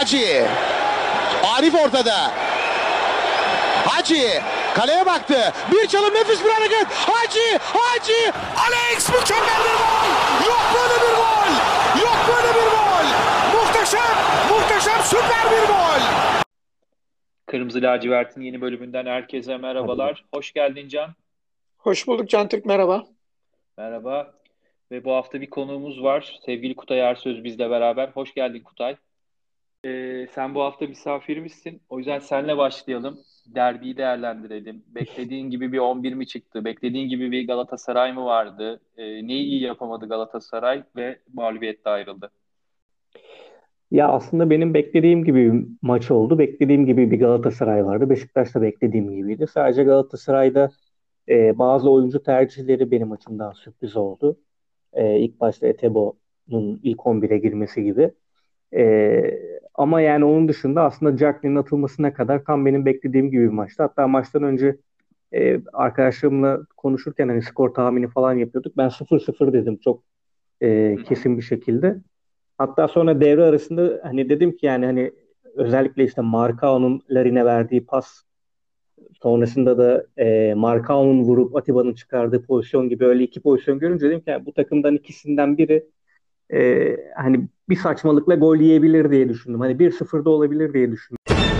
Hacı. Arif ortada. Hacı. Kaleye baktı. Bir çalım, nefis bir hareket. Hacı. Alex, mükemmel bir gol. Yok böyle bir gol. Yok böyle bir gol. Muhteşem, süper bir gol. Kırmızı Lacivert'in yeni bölümünden herkese merhabalar. Hoş geldin Can. Hoş bulduk Can Türk, merhaba. Merhaba. Ve bu hafta bir konuğumuz var. Sevgili Kutay Ersöz bizle beraber. Hoş geldin Kutay. Sen bu hafta misafirimizsin. O yüzden seninle başlayalım. Derbiyi değerlendirelim. Beklediğin gibi bir 11 mi çıktı? Beklediğin gibi bir Galatasaray mı vardı? Neyi iyi yapamadı Galatasaray ve mağlubiyetle ayrıldı? Ya aslında benim beklediğim gibi bir maç oldu. Beklediğim gibi bir Galatasaray vardı. Beşiktaş da beklediğim gibiydi. Sadece Galatasaray'da bazı oyuncu tercihleri benim açımdan sürpriz oldu. İlk başta Etebo'nun ilk 11'e girmesi gibi. Ama yani onun dışında aslında Cagney'in atılmasına kadar tam benim beklediğim gibi bir maçtı. Hatta maçtan önce arkadaşlarımla konuşurken hani skor tahmini falan yapıyorduk. Ben 0-0 dedim çok Hı hı. kesin bir şekilde. Hatta sonra devre arasında hani dedim ki yani hani özellikle işte Marcao'nun Larin'e verdiği pas sonrasında da Marcao'nun vurup Atiba'nın çıkardığı pozisyon gibi öyle iki pozisyon görünce dedim ki yani bu takımdan ikisinden biri hani bir saçmalıkla gol yiyebilir diye düşündüm. Hani 1-0'da olabilir diye düşündüm.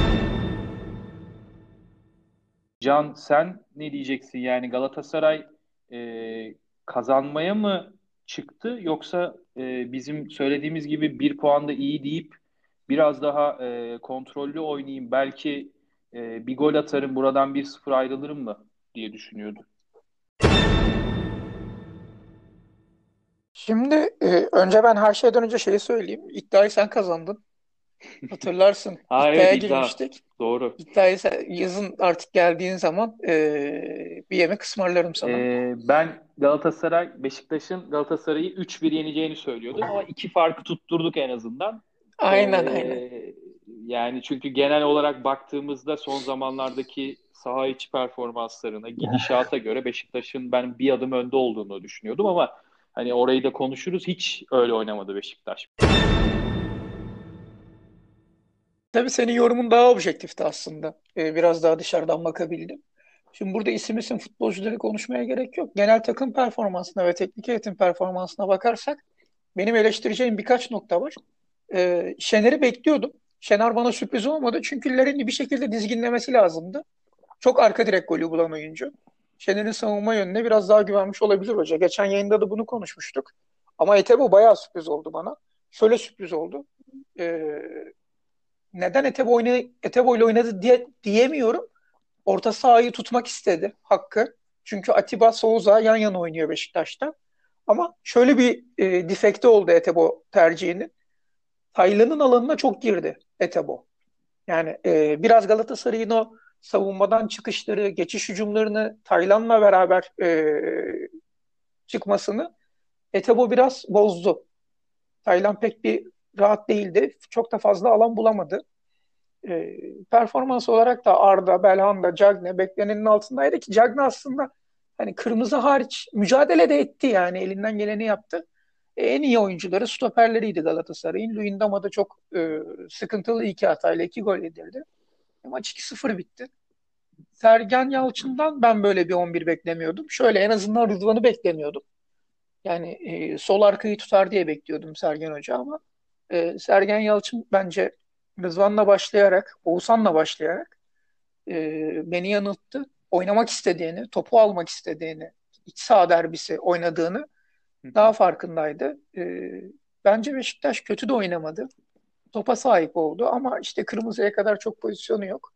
Can, sen ne diyeceksin? Yani Galatasaray kazanmaya mı çıktı, yoksa bizim söylediğimiz gibi bir puan da iyi deyip biraz daha kontrollü oynayayım, belki bir gol atarım, buradan 1-0 ayrılırım mı diye düşünüyordu. Şimdi önce ben her şeyden önce şeyi söyleyeyim. İddiayı sen kazandın. Hatırlarsın. Ha, evet, İddiaya iddia. girmiştik. Doğru. Yazın artık geldiğin zaman bir yemek ısmarlarım sana. Ben Galatasaray'ı 3-1 yeneceğini söylüyordum ama iki farkı tutturduk en azından. Aynen, aynen. Yani çünkü genel olarak baktığımızda son zamanlardaki saha içi performanslarına, gidişata göre Beşiktaş'ın ben bir adım önde olduğunu düşünüyordum ama hani orayı da konuşuruz. Hiç öyle oynamadı Beşiktaş. Tabii senin yorumun daha objektifti aslında. Biraz daha dışarıdan bakabildim. Şimdi burada isim isim futbolcuları konuşmaya gerek yok. Genel takım performansına ve teknik heyetin performansına bakarsak benim eleştireceğim birkaç nokta var. Şener'i bekliyordum. Şener bana sürpriz olmadı. Çünkü Larin'i bir şekilde dizginlemesi lazımdı. Çok arka direk golü bulan oyuncu. Şener'in savunma yönüne biraz daha güvenmiş olabilir hoca. Geçen yayında da bunu konuşmuştuk. Ama Etebo bayağı sürpriz oldu bana. Şöyle sürpriz oldu. Ee, Neden Etebo ile oynadı diyemiyorum. Orta sahayı tutmak istedi Hakkı. Çünkü Atiba Souza yan yana oynuyor Beşiktaş'ta. Ama şöyle bir difekti oldu Etebo tercihinin. Taylan'ın alanına çok girdi Etebo. Yani biraz Galatasaray'ın o savunmadan çıkışları, geçiş hücumlarını Taylan'la beraber çıkmasını Etebo biraz bozdu. Taylan pek bir rahat değildi. Çok da fazla alan bulamadı. Performans olarak da Arda, Belhanda, Cagne beklenenin altındaydı ki Cagne aslında hani kırmızı hariç mücadele de etti, yani elinden geleni yaptı. En iyi oyuncuları stoperleriydi Galatasaray'ın. Luyendama da çok sıkıntılı iki hatayla iki gol edildi. Maç 2-0 bitti. Sergen Yalçın'dan ben böyle bir 11 beklemiyordum. Şöyle en azından Rıdvan'ı beklemiyordum. Yani sol arkayı tutar diye bekliyordum Sergen Hoca ama Sergen Yalçın bence Rıdvan'la başlayarak, Oğuzhan'la başlayarak beni yanılttı. Oynamak istediğini, topu almak istediğini, iç saha derbisi oynadığını Hı hı. daha farkındaydı. Bence Beşiktaş kötü de oynamadı. Topa sahip oldu ama işte kırmızıya kadar çok pozisyonu yok.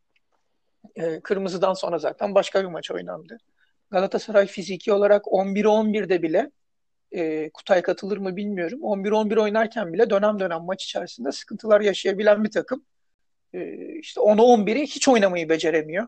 Kırmızıdan sonra zaten başka bir maç oynandı. Galatasaray fiziki olarak 11'e 11'de bile Kutay katılır mı bilmiyorum. 11-11 oynarken bile dönem dönem maç içerisinde sıkıntılar yaşayabilen bir takım. İşte 10'a 11'i hiç oynamayı beceremiyor.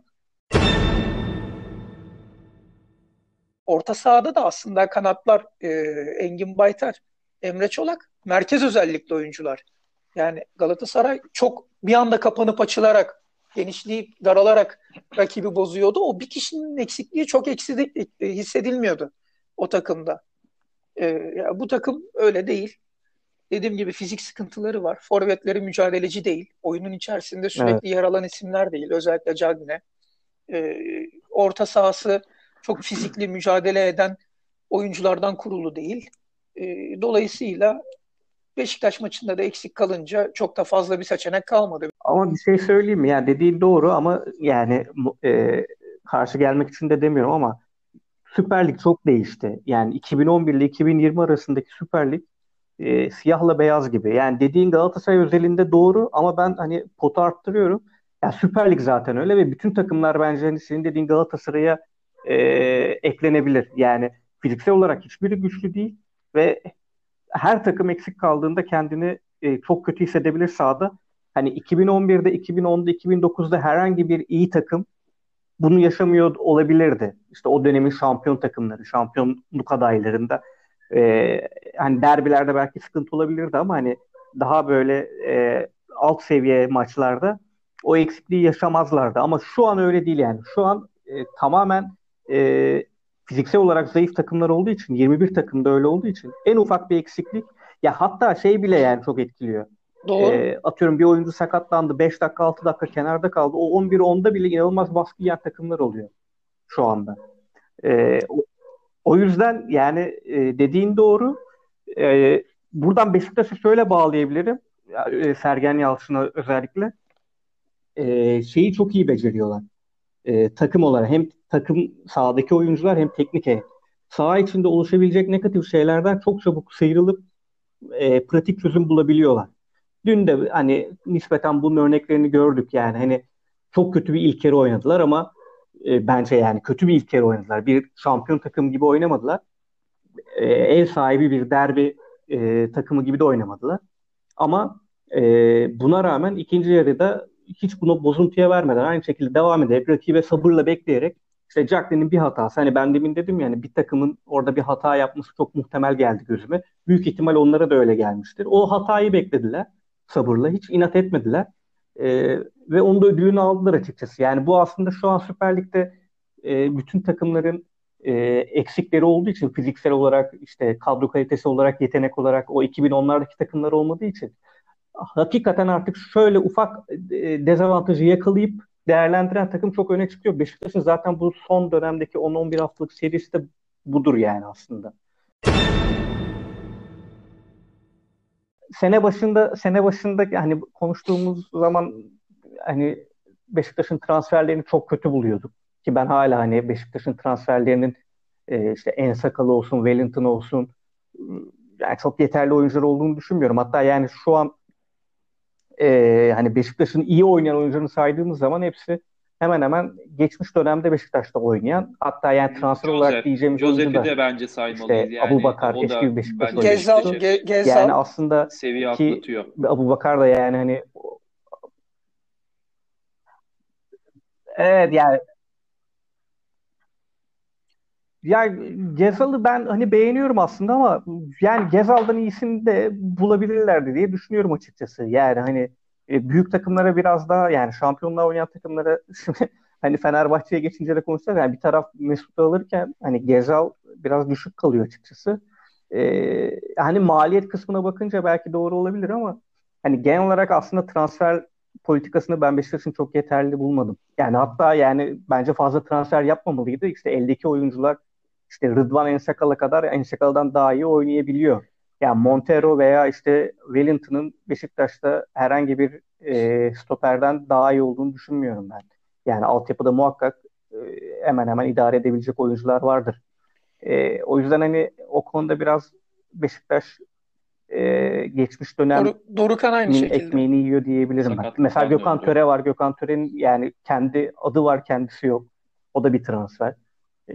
Orta sahada da aslında kanatlar Engin Baytar, Emre Çolak merkez özellikli oyuncular. Yani Galatasaray çok bir anda kapanıp açılarak, genişleyip daralarak rakibi bozuyordu. O bir kişinin eksikliği çok hissedilmiyordu o takımda. Ya bu takım öyle değil. Dediğim gibi fizik sıkıntıları var. Forvetleri mücadeleci değil. Oyunun içerisinde Evet. sürekli yer alan isimler değil. Özellikle Cagne. Ee, Orta sahası çok fizikli mücadele eden oyunculardan kurulu değil. Dolayısıyla Beşiktaş maçında da eksik kalınca çok da fazla bir seçenek kalmadı. Ama bir şey söyleyeyim mi? Yani dediğin doğru ama yani karşı gelmek için de demiyorum ama Süper Lig çok değişti. Yani 2011 ile 2020 arasındaki Süper Lig siyahla beyaz gibi. Yani dediğin Galatasaray özelinde doğru ama ben hani potu arttırıyorum. Ya Süper Lig zaten öyle ve bütün takımlar bence hani senin dediğin Galatasaray'a e, eklenebilir. Yani fiziksel olarak hiçbiri güçlü değil ve her takım eksik kaldığında kendini çok kötü hissedebilir sahada. Hani 2011'de, 2010'da, 2009'da herhangi bir iyi takım bunu yaşamıyor olabilirdi. İşte o dönemin şampiyon takımları, şampiyonluk adaylarında hani derbilerde belki sıkıntı olabilirdi ama hani daha böyle alt seviye maçlarda o eksikliği yaşamazlardı. Ama şu an öyle değil yani. Şu an tamamen e, fiziksel olarak zayıf takımlar olduğu için, 21 takımda öyle olduğu için en ufak bir eksiklik ya hatta şey bile yani çok etkiliyor. Doğru. Atıyorum bir oyuncu sakatlandı. 5 dakika 6 dakika kenarda kaldı. O 11 onda bile inanılmaz baskı yiyen takımlar oluyor şu anda. O yüzden yani dediğin doğru. Buradan Beşiktaş'ı şöyle bağlayabilirim. Sergen Yalçın'a özellikle. Şeyi çok iyi beceriyorlar. Takım olarak hem takım sahadaki oyuncular hem teknik heyet. Saha içinde oluşabilecek negatif şeylerden çok çabuk sıyrılıp pratik çözüm bulabiliyorlar. Dün de hani nispeten bunun örneklerini gördük yani hani çok kötü bir ilk yarı oynadılar ama bence yani kötü bir ilk yarı oynadılar. Bir şampiyon takım gibi oynamadılar. Ev sahibi bir derbi takımı gibi de oynamadılar. Ama buna rağmen ikinci yarıda hiç bunu bozuntuya vermeden aynı şekilde devam ederek rakibe sabırla bekleyerek işte Jacklin'in bir hatası. Hani ben demin dedim yani bir takımın orada bir hata yapması çok muhtemel geldi gözüme. Büyük ihtimal onlara da öyle gelmiştir. O hatayı beklediler sabırla. Hiç inat etmediler. Ve onun da ödülünü aldılar açıkçası. Yani bu aslında şu an Süper Lig'de bütün takımların eksikleri olduğu için fiziksel olarak işte kadro kalitesi olarak yetenek olarak o 2010'lardaki takımlar olmadığı için hakikaten artık şöyle ufak dezavantajı yakalayıp değerlendiren takım çok öne çıkıyor. Beşiktaş'ın zaten bu son dönemdeki 10-11 haftalık serisi de budur yani aslında. Sene başında hani konuştuğumuz zaman hani Beşiktaş'ın transferlerini çok kötü buluyorduk. Ki ben hala hani Beşiktaş'ın transferlerinin işte Ensakalı olsun, Wellington olsun yani çok yeterli oyuncular olduğunu düşünmüyorum. Hatta yani şu an hani Beşiktaş'ın iyi oynayan oyuncularını saydığımız zaman hepsi hemen hemen geçmiş dönemde Beşiktaş'ta oynayan hatta yani transfer olarak diyeceğimiz oyuncu Josef'i da de bence saymalıyız. işte Yani Abubakar o eski da bir Beşiktaş bence Gezal, oyuncusu. Beşiktaş'ı Ge- Yani Gezal aslında seviye ki atlatıyor. Abubakar da yani hani evet yani ya Gezal'ı ben hani beğeniyorum aslında ama yani Gezal'dan iyisini de bulabilirlerdi diye düşünüyorum açıkçası. Yani hani büyük takımlara biraz daha yani şampiyonluğa oynayan takımlara şimdi hani Fenerbahçe'ye geçince de konuşacağız. Yani bir taraf Mesut'u alırken hani Gezal biraz düşük kalıyor açıkçası. Hani maliyet kısmına bakınca belki doğru olabilir ama hani genel olarak aslında transfer politikasını ben Beşiktaş'ın çok yeterli bulmadım. Yani hatta yani bence fazla transfer yapmamalıydı. İşte eldeki oyuncular işte Rıdvan Ensakal'a kadar Ensakal'dan daha iyi oynayabiliyor. Yani Montero veya işte Wellington'ın Beşiktaş'ta herhangi bir stoperden daha iyi olduğunu düşünmüyorum ben. Yani altyapıda muhakkak e, hemen hemen idare edebilecek oyuncular vardır. O yüzden hani o konuda biraz Beşiktaş geçmiş dönemin Dorukhan aynı şekilde. ekmeğini yiyor diyebilirim ben. Mesela Sakatlıktan Gökhan döndü. Töre var. Gökhan Töre'nin yani kendi adı var, kendisi yok. O da bir transfer. E,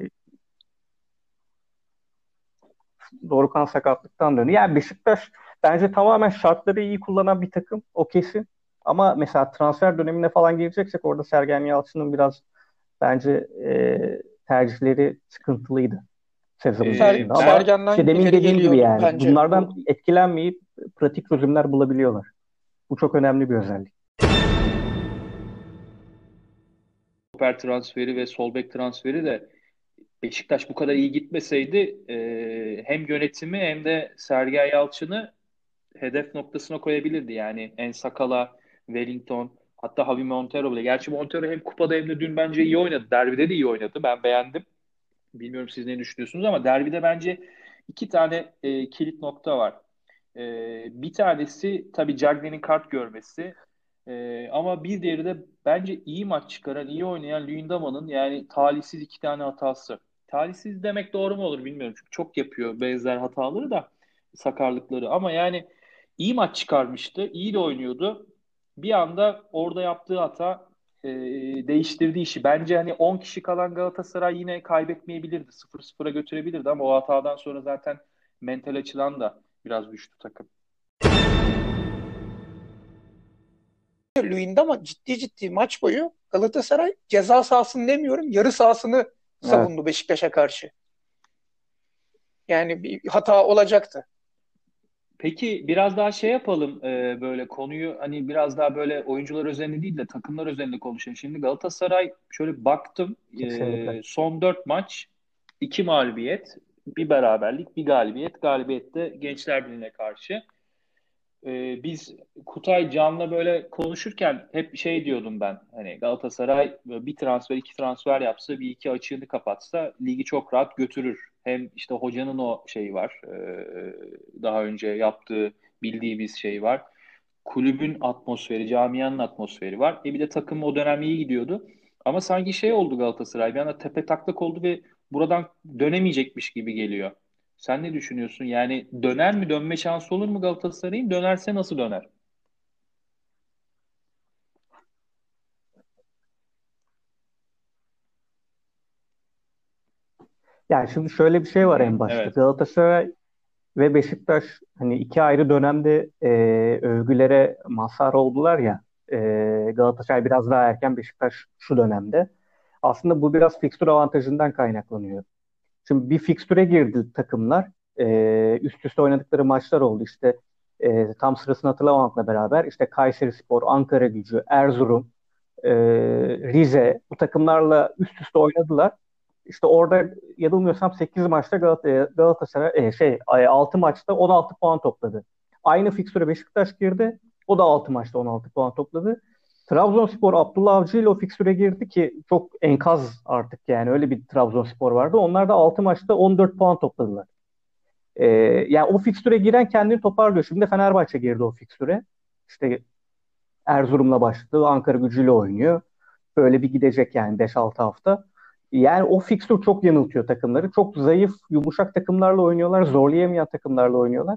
Dorukhan sakatlıktan döndü. Yani Beşiktaş bence tamamen şartları iyi kullanan bir takım. O kesin. Ama mesela transfer dönemine falan gireceksek orada Sergen Yalçın'ın biraz bence tercihleri sıkıntılıydı sezon başında. Ama Ben işte Sergen'den demin ileri dediğim gibi geliyordu yani bence bunlardan bu. etkilenmeyip pratik çözümler bulabiliyorlar. Bu çok önemli bir özellik. stoper transferi ve sol bek transferi de Beşiktaş bu kadar iyi gitmeseydi hem yönetimi hem de Sergen Yalçın'ı hedef noktasına koyabilirdi. Yani En Sakala, Wellington, hatta Javi Montero bile. Gerçi Montero hem kupada hem de dün bence iyi oynadı. Derbide de iyi oynadı. Ben beğendim. Bilmiyorum siz ne düşünüyorsunuz ama derbide bence iki tane kilit nokta var. Bir tanesi tabii Cagney'in kart görmesi. Ama bir diğeri de bence iyi maç çıkaran, iyi oynayan Luyendama'nın yani talihsiz iki tane hatası. Talihsiz demek doğru mu olur bilmiyorum. Çünkü çok yapıyor benzer hataları da sakarlıkları. Ama yani iyi maç çıkarmıştı. İyi de oynuyordu. Bir anda orada yaptığı hata değiştirdi işi. Bence hani 10 kişi kalan Galatasaray yine kaybetmeyebilirdi. 0-0'a götürebilirdi ama o hatadan sonra zaten mental açıdan da biraz düştü takım. Luyendama ciddi ciddi maç boyu Galatasaray ceza sahasını demiyorum, yarı sahasını Evet. savundu Beşiktaş'a karşı. Yani bir hata olacaktı. Peki biraz daha şey yapalım, böyle konuyu hani biraz daha böyle oyuncular özelinde değil de takımlar özelinde konuşalım. Şimdi Galatasaray şöyle baktım, Kesinlikle. son 4 maç 2 mağlubiyet, bir beraberlik, bir galibiyet. Galibiyette Gençler Birliği'ne karşı. Biz Kutay Can'la böyle konuşurken hep şey diyordum ben. Hani Galatasaray böyle bir transfer, iki transfer yapsa, bir iki açığını kapatsa ligi çok rahat götürür. Hem işte hocanın o şeyi var. Daha önce yaptığı bildiğimiz şey var. Kulübün atmosferi, camianın atmosferi var. Bir de takım o dönem iyi gidiyordu. Ama sanki şey oldu Galatasaray. Bir anda tepe taklak oldu ve buradan dönemeyecekmiş gibi geliyor. Sen ne düşünüyorsun? Yani döner mi? Dönme şansı olur mu Galatasaray'ın? Dönerse nasıl döner? Yani şimdi şöyle bir şey Hı var hı, en başta. evet. Galatasaray ve Beşiktaş hani iki ayrı dönemde övgülere mazhar oldular ya. Galatasaray biraz daha erken, Beşiktaş şu dönemde. Aslında bu biraz fikstür avantajından kaynaklanıyor. Şimdi bir fikstüre girdi takımlar. Üst üste oynadıkları maçlar oldu. İşte tam sırasını hatırlamamakla beraber işte Kayserispor, Ankaragücü, Erzurum, e, Rize bu takımlarla üst üste oynadılar. İşte orada yanılmıyorsam 8 maçta Galatasaray 6 maçta 16 puan topladı. Aynı fikstüre Beşiktaş girdi. O da 6 maçta 16 puan topladı. Trabzonspor Abdullah Avcı ile o fikstüre girdi ki çok enkaz artık, yani öyle bir Trabzonspor vardı. Onlar da 6 maçta 14 puan topladılar. Ee, Yani o fikstüre giren kendini toparlıyor. Şimdi de Fenerbahçe girdi o fikstüre. İşte Erzurum'la başladı, Ankara Gücü'yle oynuyor. Böyle bir gidecek yani 5-6 hafta. Yani o fikstür çok yanıltıyor takımları. Çok zayıf, yumuşak takımlarla oynuyorlar. Zorlayamayan takımlarla oynuyorlar.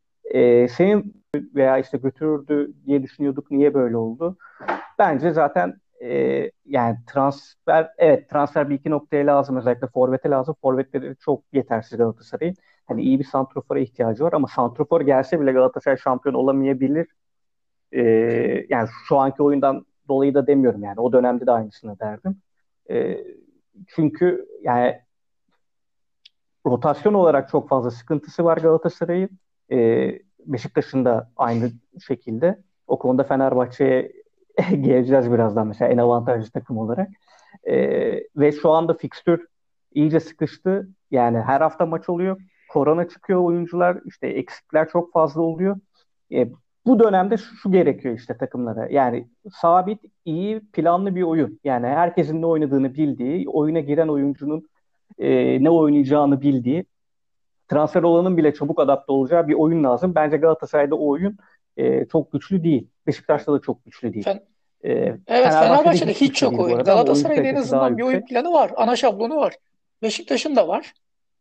Senin veya işte götürürdü diye düşünüyorduk. Niye böyle oldu? Bence zaten yani transfer, evet, transfer bir iki noktaya lazım. Özellikle forvete lazım. Forvetleri çok yetersiz Galatasaray'ın. Hani iyi bir santrofora ihtiyacı var ama santrofor gelse bile Galatasaray şampiyon olamayabilir. Yani şu anki oyundan dolayı da demiyorum yani. O dönemde de aynısını derdim. Ee, Çünkü yani rotasyon olarak çok fazla sıkıntısı var Galatasaray'ın. Beşiktaş'ın da aynı şekilde. O konuda Fenerbahçe'ye geleceğiz birazdan, mesela en avantajlı takım olarak. Ve şu anda fikstür iyice sıkıştı. Yani her hafta maç oluyor. Korona çıkıyor oyuncular. İşte eksikler çok fazla oluyor. E, Bu dönemde şu gerekiyor işte takımlara. Yani sabit, iyi, planlı bir oyun. Yani herkesin ne oynadığını bildiği, oyuna giren oyuncunun ne oynayacağını bildiği, transfer olanın bile çabuk adapte olacağı bir oyun lazım. Bence Galatasaray'da o oyun çok güçlü değil. Beşiktaş'ta da çok güçlü değil. Fen Evet, Fenerbahçe'de Fenerbahçe'de hiç hiç güçlü yok değil bu oyun. arada ama oyuncu Galatasaray'ın en kalitesi daha azından bir oyun yüksek. planı var. Ana şablonu var. Beşiktaş'ın da var.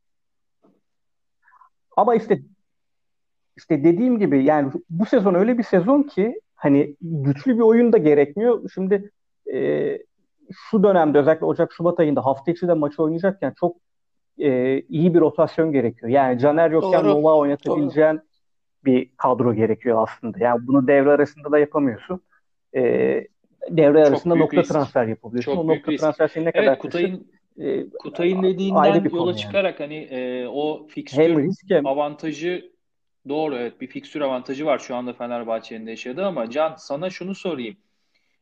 Ama işte dediğim gibi yani bu sezon öyle bir sezon ki hani güçlü bir oyun da gerekmiyor. Şimdi e, şu dönemde özellikle Ocak-Şubat ayında hafta içi de maç oynayacakken çok iyi bir rotasyon gerekiyor. Yani Caner yokken Doğru. Nova Doğru. oynatabileceğin bir kadro gerekiyor aslında. Yani bunu devre arasında da yapamıyorsun. E, Devre Çok arasında büyük nokta risk. transfer yapabiliyorsun. O Çok büyük nokta risk. transfer seni ne Evet, kadar taşır? E, Kutay'ın Ayrı dediğinden bir yola konu yani. çıkarak hani o Hem fikstür risk hem avantajı doğru, evet, bir fikstür avantajı var şu anda Fenerbahçe'nin de yaşadığı ama Can sana şunu sorayım.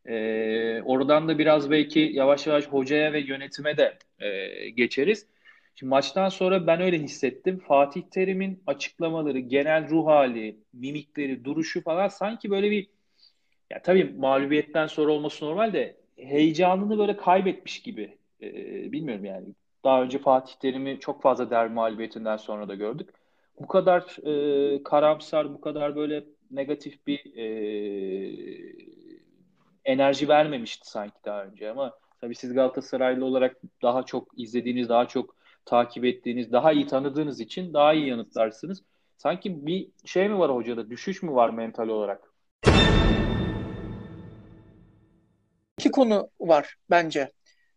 Oradan da biraz belki yavaş yavaş hocaya ve yönetime de geçeriz. Şimdi maçtan sonra ben öyle hissettim. Fatih Terim'in açıklamaları, genel ruh hali, mimikleri, duruşu falan sanki böyle bir, ya tabii mağlubiyetten sonra olması normal de heyecanını böyle kaybetmiş gibi. Bilmiyorum yani. Daha önce Fatih Terim'i çok fazla derbi mağlubiyetinden sonra da gördük. Bu kadar karamsar, bu kadar böyle negatif bir enerji vermemişti sanki daha önce, ama tabii siz Galatasaraylı olarak daha çok izlediğiniz, daha çok takip ettiğiniz, daha iyi tanıdığınız için daha iyi yanıtlarsınız. Sanki bir şey mi var hocada? Düşüş mü var mental olarak? İki konu var bence.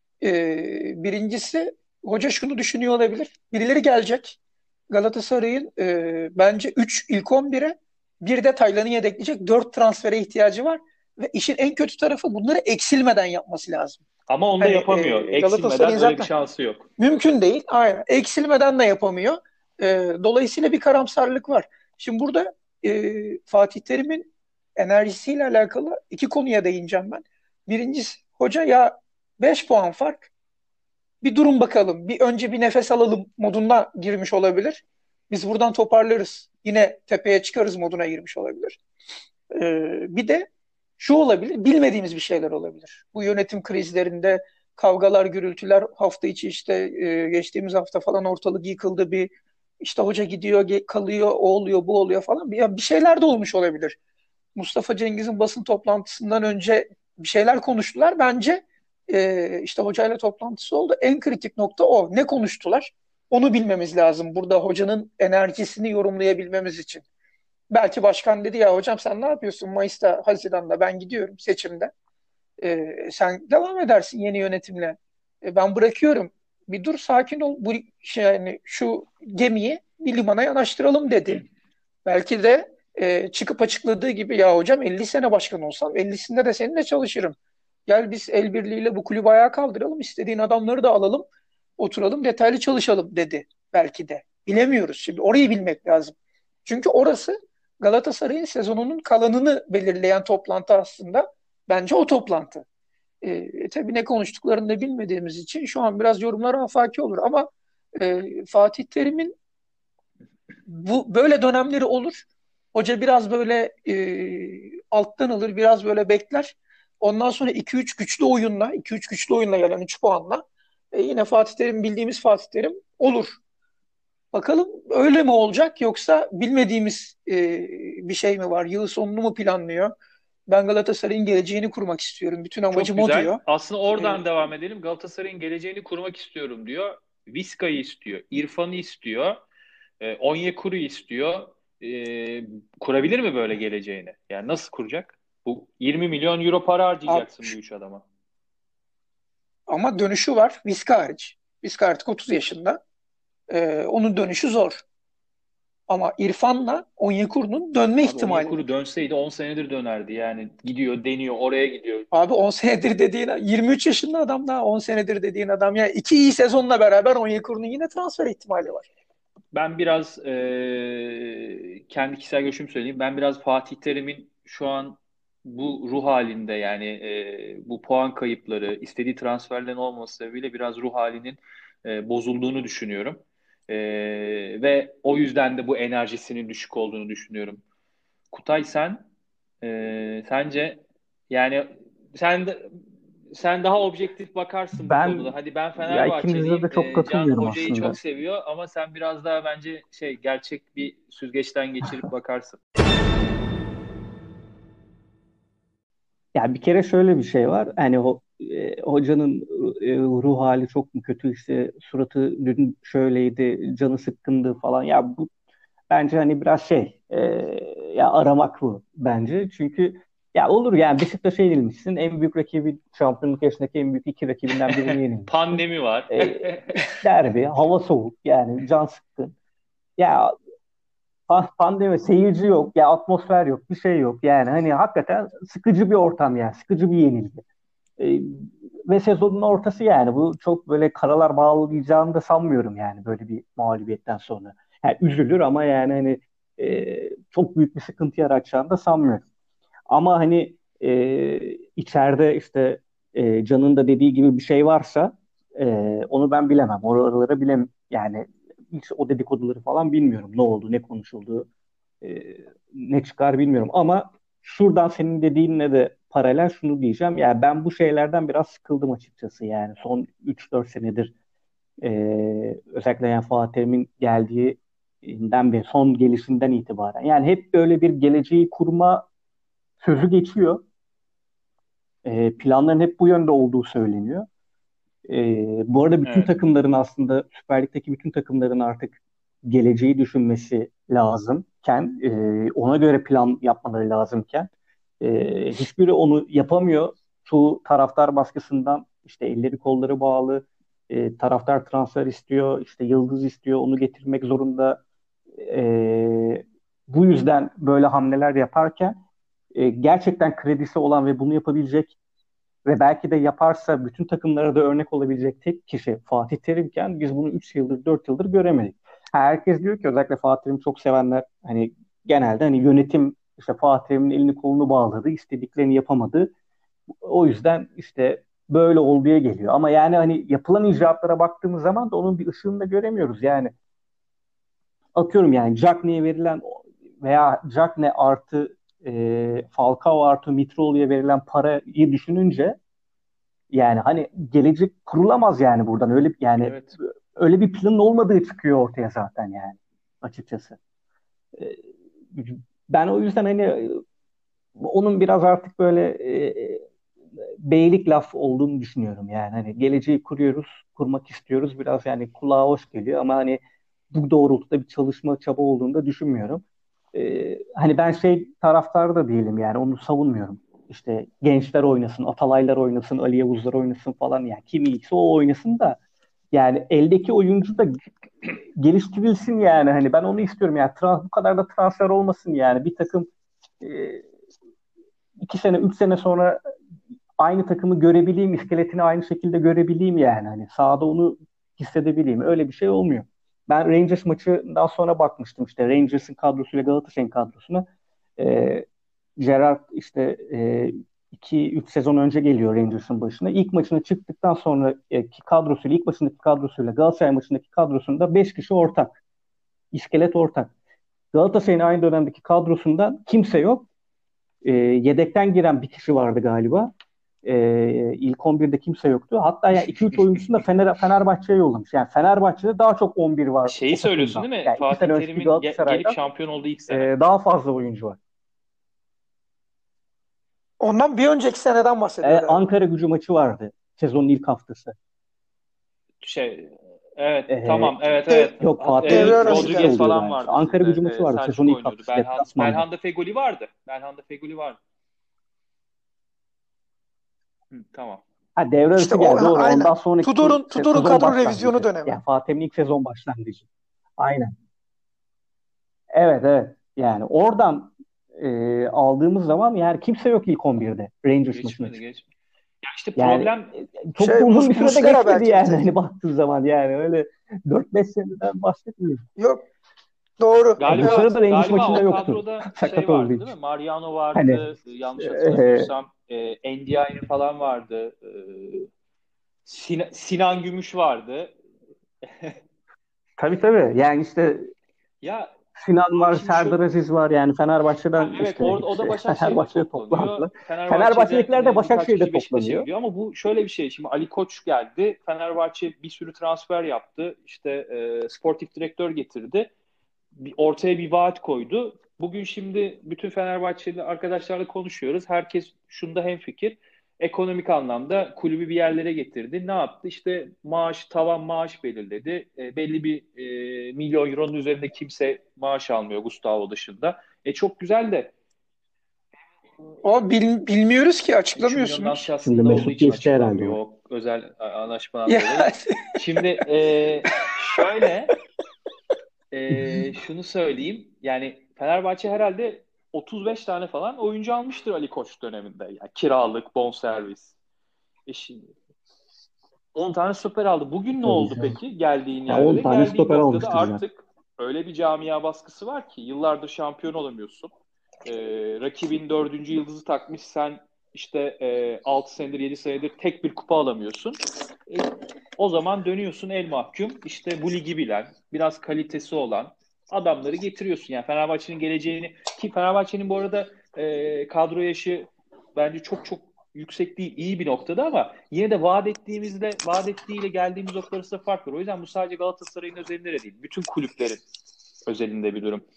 Birincisi, hoca şunu düşünüyor olabilir. Birileri gelecek. Galatasaray'ın bence 3 ilk 11'e bir de Taylan'ı yedekleyecek 4 transfere ihtiyacı var. Ve işin en kötü tarafı bunları eksilmeden yapması lazım. Ama onu da Hani yapamıyor. Eksilmeden Galatasaray'ın öyle bir zaten şansı yok. mümkün değil. Aynen. Eksilmeden de yapamıyor. Dolayısıyla bir karamsarlık var. Şimdi burada Fatih Terim'in enerjisiyle alakalı iki konuya değineceğim ben. Birincisi, hoca ya 5 puan fark, bir durun bakalım, bir önce bir nefes alalım moduna girmiş olabilir. Biz buradan toparlarız, yine tepeye çıkarız moduna girmiş olabilir. Bir de şu olabilir, bilmediğimiz bir şeyler olabilir. Bu yönetim krizlerinde kavgalar, gürültüler, hafta içi işte geçtiğimiz hafta falan ortalık yıkıldı, bir işte hoca gidiyor, kalıyor, o oluyor, bu oluyor falan. Bir şeyler de olmuş olabilir. Mustafa Cengiz'in basın toplantısından önce bir şeyler konuştular. Bence işte hocayla toplantısı oldu. En kritik nokta o. Ne konuştular? Onu bilmemiz lazım. Burada hocanın enerjisini yorumlayabilmemiz için. Belki başkan dedi ya hocam sen ne yapıyorsun Mayıs'ta, Haziran'da ben gidiyorum seçimde. Sen devam edersin yeni yönetimle. Ben bırakıyorum. Bir dur sakin ol. Bu şey, yani şu gemiyi bir limana yanaştıralım dedi. Belki de çıkıp açıkladığı gibi ya hocam 50 sene başkan olsam 50'sinde de seninle çalışırım. Gel biz el birliğiyle bu kulübü ayağa kaldıralım. İstediğin adamları da alalım. Oturalım detaylı çalışalım dedi belki de. Bilemiyoruz. Şimdi orayı bilmek lazım. Çünkü orası Galatasaray'ın sezonunun kalanını belirleyen toplantı aslında. Bence o toplantı. Tabii ne konuştuklarını da bilmediğimiz için şu an biraz yorumlar afaki olur ama Fatih Terim'in bu böyle dönemleri olur. Hoca biraz böyle alttan alır, biraz böyle bekler. Ondan sonra 2-3 güçlü oyunla, 2-3 güçlü oyunla gelen 3 puanla yine Fatih Terim, bildiğimiz Fatih Terim olur. Bakalım öyle mi olacak yoksa bilmediğimiz bir şey mi var? Yıl sonunu mu planlıyor? Ben Galatasaray'ın geleceğini kurmak istiyorum. Bütün Çok amacım o güzel. diyor. Aslında E, oradan devam edelim. Galatasaray'ın geleceğini kurmak istiyorum diyor. Vizca'yı istiyor. İrfan'ı istiyor. Onyekuru'yu istiyor. Kurabilir mi böyle geleceğini? Yani nasıl kuracak? Bu 20 milyon euro para Abi, harcayacaksın bu üç adama. ama dönüşü var. Vizca hariç. Vizca artık 30 yaşında. Onun dönüşü zor. Ama İrfan'la Onyekuru'nun dönme Abi ihtimali Onyekuru var. dönseydi 10 senedir dönerdi. Yani gidiyor, deniyor, oraya gidiyor. Abi 10 senedir dediğin 23 yaşında adam, daha 10 senedir dediğin adam ya, iki iyi sezonla beraber Onyekuru'nun yine transfer ihtimali var. Ben biraz kendi kişisel görüşümü söyleyeyim. Ben biraz Fatih Terim'in şu an bu ruh halinde, yani bu puan kayıpları, istediği transferlerin olmaması sebebiyle biraz ruh halinin bozulduğunu düşünüyorum. E, Ve o yüzden de bu enerjisinin düşük olduğunu düşünüyorum. Kutay, sen sence, yani sen de, sen daha objektif bakarsın bu konuda. Ben Hadi ben ya ikinize Fenerbahçeliyim. de çok Can katılmıyorum hocayı çok aslında. seviyor ama sen biraz daha bence gerçek bir süzgeçten geçirip bakarsın. Ya bir kere şöyle bir şey var. Hani hocanın ruh hali çok mu kötü, işte suratı dün şöyleydi, canı sıkkındı falan. Ya bu bence hani biraz ya aramak bu bence. Çünkü ya olur yani Beşiktaş'a yenilmişsin. En büyük rakibi, şampiyonluk yaşındaki en büyük iki rakibinden birini yenilmişsin. Pandemi var. E, Derbi, hava soğuk yani can sıkkın. Ya pandemi, seyirci yok, ya atmosfer yok, bir şey yok. Yani hani hakikaten sıkıcı bir ortam yani, sıkıcı bir yenilgi. E, Ve sezonun ortası yani, bu çok böyle karalar bağlayacağını da sanmıyorum yani böyle bir mağlubiyetten sonra. Yani üzülür ama yani hani çok büyük bir sıkıntı yaratacağını da sanmıyorum. Ama hani içeride işte Can'ın da dediği gibi bir şey varsa onu ben bilemem. Oraları Yani hiç o dedikoduları falan bilmiyorum. Ne oldu, ne konuşuldu, e, ne çıkar bilmiyorum. Ama şuradan senin dediğinle de paralel şunu diyeceğim. Yani ben bu şeylerden biraz sıkıldım açıkçası. Yani son 3-4 senedir özellikle yani Fatih Terim'in geldiğinden beri, son gelişinden itibaren. Yani hep böyle bir geleceği kurma sözü geçiyor. Planların hep bu yönde olduğu söyleniyor. Bu arada bütün Evet. takımların aslında Süper Lig'deki bütün takımların artık geleceği düşünmesi lazımken, ona göre plan yapmaları lazımken hiçbiri onu yapamıyor. Çoğu taraftar baskısından işte elleri kolları bağlı, taraftar transfer istiyor, işte yıldız istiyor, onu getirmek zorunda. Bu yüzden böyle hamleler yaparken gerçekten kredisi olan ve bunu yapabilecek ve belki de yaparsa bütün takımlara da örnek olabilecek tek kişi Fatih Terim'ken biz bunu 3 yıldır 4 yıldır göremedik. Herkes diyor ki özellikle Fatih Terim'i çok sevenler hani genelde hani yönetim işte Fatih Terim'in elini kolunu bağladı, istediklerini yapamadı. O yüzden işte böyle olduğuya geliyor. Ama yani hani yapılan icraatlara baktığımız zaman da onun bir ışığını da göremiyoruz. Yani atıyorum yani Cagney'e verilen veya Cagney artı Falcao artı Mitrogla'ya verilen parayı düşününce yani hani gelecek kurulamaz yani buradan öyle yani Evet. öyle bir planın olmadığı çıkıyor ortaya zaten yani açıkçası. Ee, Ben o yüzden hani onun biraz artık böyle beylik laf olduğunu düşünüyorum yani hani geleceği kuruyoruz, kurmak istiyoruz biraz yani kulağa hoş geliyor ama hani bu doğrultuda bir çalışma çaba olduğunu da düşünmüyorum. Hani ben şey taraftarı da değilim yani onu savunmuyorum. İşte gençler oynasın, Atalaylar oynasın, Ali Yavuzlar oynasın falan yani kim iyiyse o oynasın da yani eldeki oyuncu da geliştirilsin yani hani ben onu istiyorum yani bu kadar da transfer olmasın yani bir takım e, 2 sene 3 sene sonra aynı takımı görebileyim, iskeletini aynı şekilde görebileyim yani. Hani sahada onu hissedebileyim. Öyle bir şey olmuyor. Ben Rangers maçından sonra bakmıştım işte Rangers'ın kadrosuyla Galatasaray'ın kadrosuna. Ee, Gerrard işte 2-3 sezon önce geliyor Rangers'ın başına. İlk maçına çıktıktan sonraki kadrosuyla, ilk başındaki kadrosuyla Galatasaray maçındaki kadrosunda 5 kişi ortak. İskelet ortak. Galatasaray'ın aynı dönemdeki kadrosundan kimse yok. Yedekten giren bir kişi vardı galiba. İlk 11'de kimse yoktu. Hatta yani 2-3 oyuncusunu da Fenerbahçe'ye yollamış. Yani Fenerbahçe'de daha çok 11 var Şeyi o söylüyorsun takımda. değil mi? Yani 2 Fatih sene önceki Terim'in gelip Galatasaray'dan şampiyon olduğu ilk sene. daha fazla oyuncu var. Ondan bir önceki seneden bahsediyor galiba. Ankara Gücü maçı vardı sezonun ilk haftası. Şey, evet, Ee, tamam, evet, De- evet. Yok Fatih Terim'in devre ilk arası senesi galiba. Rodriguez oluyor falan galiba. İşte vardı Ankara Gücü sizde. maçı vardı sezonun Selçuk ilk oynuyordu. haftası deplasmanda. Belhanda Fegoli vardı. Belhanda Fegoli vardı. Hı, tamam. Ha, devre İşte arası o geldi doğru. Ondan aynen. sonraki Tudor'un sezon kadro revizyonu başlangıcı. dönemi. Yani Fatih Terim'in ilk sezon başlangıcı. Aynen. Evet evet. Yani oradan aldığımız zaman yani kimse yok ilk 11'de Rangers maçına Geçmedi, çık. geçmedi. Ya işte Yani problem çok da uzun bir sürede Muslera geçmedi belki bir yani tek. hani baktığın zaman yani öyle 4-5 seneden bahsetmiyoruz. Yok, doğru. Bu galiba sırada Rangers galiba maçında o yoktu. kadroda şey Sakat olduğu vardı değil mi? için. Mariano Hani vardı. Yanlış e, hatırlamıyorsam. Ndiaye falan vardı. Sinan Gümüş vardı. tabii tabii yani işte Ya Sinan abi var, şimdi şöyle, Serdar Aziz var yani Fenerbahçe'den evet, işte orada o da hepsi Başakşehir'de Fenerbahçe'de toplanıyor. toplandılar. Fenerbahçe'den Fenerbahçe'dekiler de birkaç Başakşehir'de kişi Beşiktaş'a toplanıyor. gidiyor ama bu şöyle bir şey. Şimdi Ali Koç geldi. Fenerbahçe bir sürü transfer yaptı. İşte sportif direktör getirdi. Ortaya bir vaat koydu. Bugün şimdi bütün Fenerbahçeli arkadaşlarla konuşuyoruz. Herkes şunda hemfikir. Ekonomik anlamda kulübü bir yerlere getirdi. Ne yaptı? İşte tavan maaş belirledi. Belli bir milyon euronun üzerinde kimse maaş almıyor Gustavo dışında. Çok güzel de O bilmiyoruz ki, 3 milyon açıklamıyorsunuz. Datça'sında Şimdi olduğu Mesut için geçti herhalde açıklanmıyor onu. o özel anlaşmadan dolayı. Yani Şimdi şöyle şunu söyleyeyim. Yani Fenerbahçe herhalde 35 tane falan oyuncu almıştır Ali Koç döneminde. Yani kiralık, bonservis. Şimdi 10 tane stoper aldı. Bugün ne Tabii oldu canım. peki geldiğin Ya 10 yerde? tane Geldiğin stoper noktada almıştır zaten. artık öyle bir camia baskısı var ki yıllardır şampiyon olamıyorsun. Rakibin dördüncü yıldızı takmış, sen işte 6 senedir 7 senedir tek bir kupa alamıyorsun. O zaman dönüyorsun el mahkum. İşte bu ligi bilen, biraz kalitesi olan adamları getiriyorsun. Yani Fenerbahçe'nin geleceğini, ki Fenerbahçe'nin bu arada kadro yaşı bence çok çok yüksek değil, iyi bir noktada, ama yine de vaat ettiğiyle geldiğimiz nokta arasında fark var. O yüzden bu sadece Galatasaray'ın özelinde de değil. Bütün kulüplerin özelinde bir durum.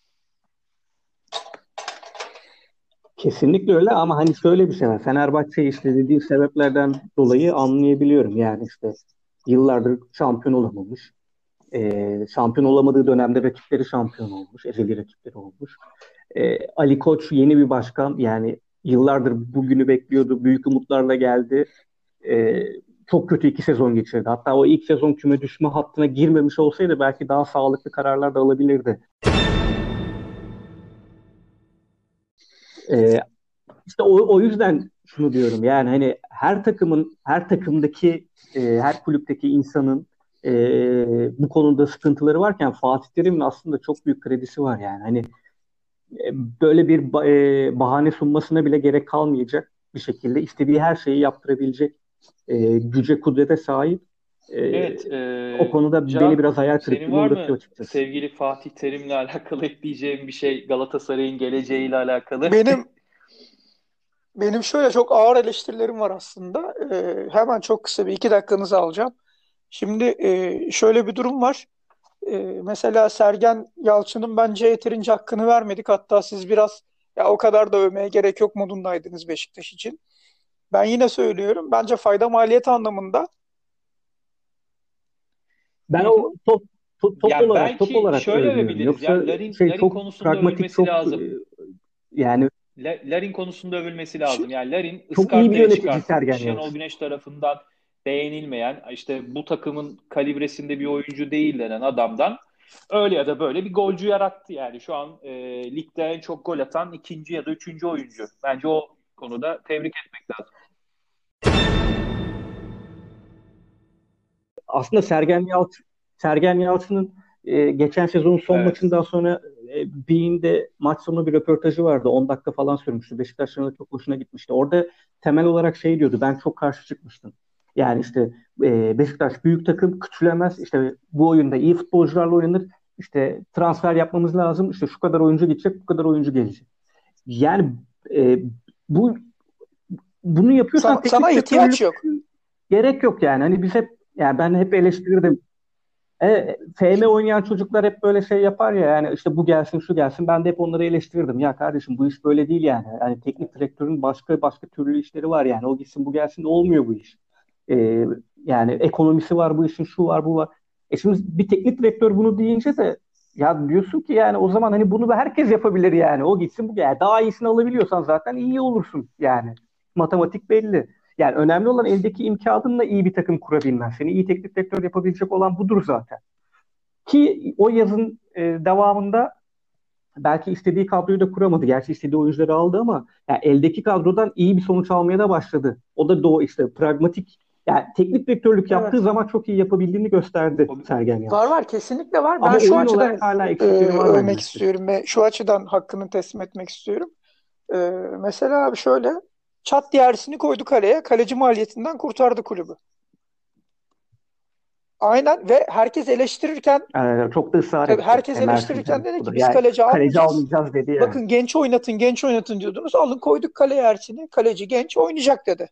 Kesinlikle öyle ama hani şöyle bir şey var. Fenerbahçe işte dediğim sebeplerden dolayı anlayabiliyorum. Yani işte yıllardır şampiyon olamamış. Şampiyon olamadığı dönemde rakipleri şampiyon olmuş. Ezeli rakipleri olmuş. Ali Koç yeni bir başkan. Yani yıllardır bugünü bekliyordu. Büyük umutlarla geldi. Ee, Çok kötü 2 sezon geçirdi. Hatta o ilk sezon küme düşme hattına girmemiş olsaydı belki daha sağlıklı kararlar da alabilirdi. Ee, İşte o yüzden şunu diyorum, yani hani her takımdaki her kulüpteki insanın bu konuda sıkıntıları varken Fatih Terim'in aslında çok büyük kredisi var. Yani hani böyle bir bahane sunmasına bile gerek kalmayacak bir şekilde istediği her şeyi yaptırabilecek güce kudrete sahip. Evet, O konuda beni Can, biraz hayal senin kırıklığına var uğratıyor mı açıkçası. sevgili Fatih Terim'le alakalı ekleyeceğim bir şey, Galatasaray'ın geleceğiyle alakalı? Benim benim şöyle çok ağır eleştirilerim var aslında. Hemen çok kısa bir 2 dakikanızı alacağım. Şimdi şöyle bir durum var. Mesela Sergen Yalçın'ın bence yeterince hakkını vermedik. Hatta siz biraz ya o kadar da övmeye gerek yok modundaydınız Beşiktaş için. Ben yine söylüyorum. Bence fayda maliyet anlamında. Ben Hı hı. o top Ya olarak belki şöyle övmüyorum. övebiliriz. Ya Yoksa Larin çok konusunda pragmatik, övülmesi çok lazım. yani Larin konusunda övülmesi Şi- lazım. Yani Larin çok iyi bir ıskartaya yönetici çıkartılmış, Sergen Şenol Yalçın. Güneş tarafından beğenilmeyen, işte bu takımın kalibresinde bir oyuncu değil denen adamdan öyle ya da böyle bir golcü yarattı. Yani şu an ligde en çok gol atan ikinci ya da üçüncü oyuncu. Bence o konuda tebrik etmek lazım. Aslında Sergen Yalçın'ın geçen sezonun son Evet. maçından sonra Bean'de maç sonu bir röportajı vardı. 10 dakika falan sürmüştü. Beşiktaşların da çok hoşuna gitmişti. Orada temel olarak şey diyordu. Ben çok karşı çıkmıştım. Yani işte Beşiktaş büyük takım, küçülemez. İşte bu oyunda iyi futbolcularla oynanır. İşte transfer yapmamız lazım. İşte şu kadar oyuncu gidecek, bu kadar oyuncu gelecek. Yani e, bu bunu yapıyorsan Sana teknik ihtiyaç direktörlük yok. gerek yok yani. Hani biz hep, yani ben hep eleştirirdim. FM oynayan çocuklar hep böyle şey yapar ya, yani işte bu gelsin şu gelsin, ben de hep onları eleştirirdim. Ya kardeşim, bu iş böyle değil yani. Yani teknik direktörün başka başka türlü işleri var, yani o gitsin bu gelsin de olmuyor bu iş. Ee, Yani ekonomisi var bu işin, şu var bu var. Şimdi bir teknik direktör bunu deyince de ya diyorsun ki yani o zaman hani bunu herkes yapabilir yani. O gitsin bu gel. Daha iyisini alabiliyorsan zaten iyi olursun yani. Matematik belli. Yani önemli olan eldeki imkanınla iyi bir takım kurabilmen. Seni iyi teknik direktör yapabilecek olan budur zaten. Ki o yazın devamında belki istediği kadroyu da kuramadı. Gerçi istediği oyuncuları aldı ama yani eldeki kadrodan iyi bir sonuç almaya da başladı. O da işte pragmatik, yani teknik direktörlük yaptığı Evet. zaman çok iyi yapabildiğini gösterdi O, Sergen Var Yalçın. var kesinlikle var. Ben Ama şu oyun olarak açıdan hala eksikleri var övmek bence. istiyorum ve şu açıdan hakkını teslim etmek istiyorum. E, Mesela abi şöyle çat diye Ersin'i koydu kaleye. Kaleci maliyetinden kurtardı kulübü. Aynen ve herkes eleştirirken Çok da ısrar tabii etti herkes Emerson eleştirirken tabii. dedi O da ki biz yani kaleci kaleci almayacağız. almayacağız dedi yani. Bakın genç oynatın, genç oynatın diyordunuz. Alın koyduk kaleye Ersin'i. Kaleci genç oynayacak dedi.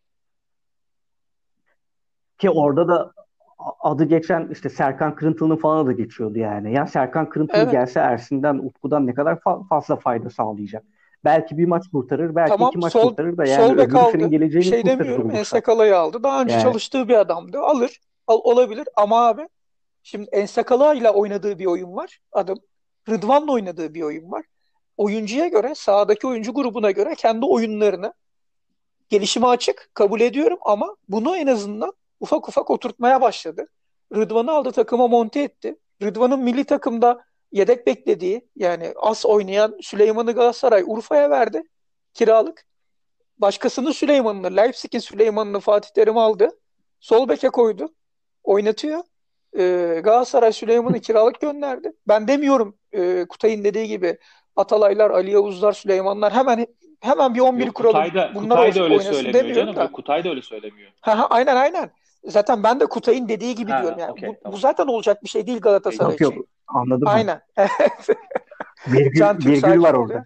Ki orada da adı geçen işte Serkan Kırıntılı'nın falan adı geçiyordu yani. Ya Serkan Kırıntılı Evet. gelse Ersin'den, Utku'dan ne kadar fazla fayda sağlayacak. Belki bir maç kurtarır, belki Tamam 2 maç sol kurtarır da yani sol bek öbürü senin aldı. Bir geleceğini şey kurtarır demiyorum. olursa. Ensekala'yı aldı. Daha önce Yani çalıştığı bir adamdı. Alır. Olabilir ama abi şimdi Ensakala ile oynadığı bir oyun var. Adım Rıdvan'la oynadığı bir oyun var. Oyuncuya göre, sahadaki oyuncu grubuna göre kendi oyunlarını gelişime açık kabul ediyorum ama bunu en azından ufak ufak oturtmaya başladı. Rıdvan'ı aldı takıma monte etti. Rıdvan'ın milli takımda yedek beklediği yani az oynayan Süleyman'ı Galatasaray Urfa'ya verdi kiralık. Başkasının Süleyman'ını, Leipzig'in Süleyman'ını Fatih Terim aldı. Sol beke koydu. Oynatıyor. Galatasaray Süleyman'ı kiralık gönderdi. Ben demiyorum Kutay'ın dediği gibi Atalaylar, Ali Yavuzlar, Süleymanlar hemen bir 11 yok, kuralım. Bunlar Kutay da öyle oynasın söylemiyor demiyorum canım. da. Yok, Kutay da öyle söylemiyor. Ha, aynen aynen. Zaten ben de Kutay'ın dediği gibi diyorum. Ha, Yani okey, bu tamam. zaten olacak bir şey değil Galatasaray Peki. Yok yok, için. anladım ben. Aynen. Evet. Can Türk Virgül var sakin orada. oluyor.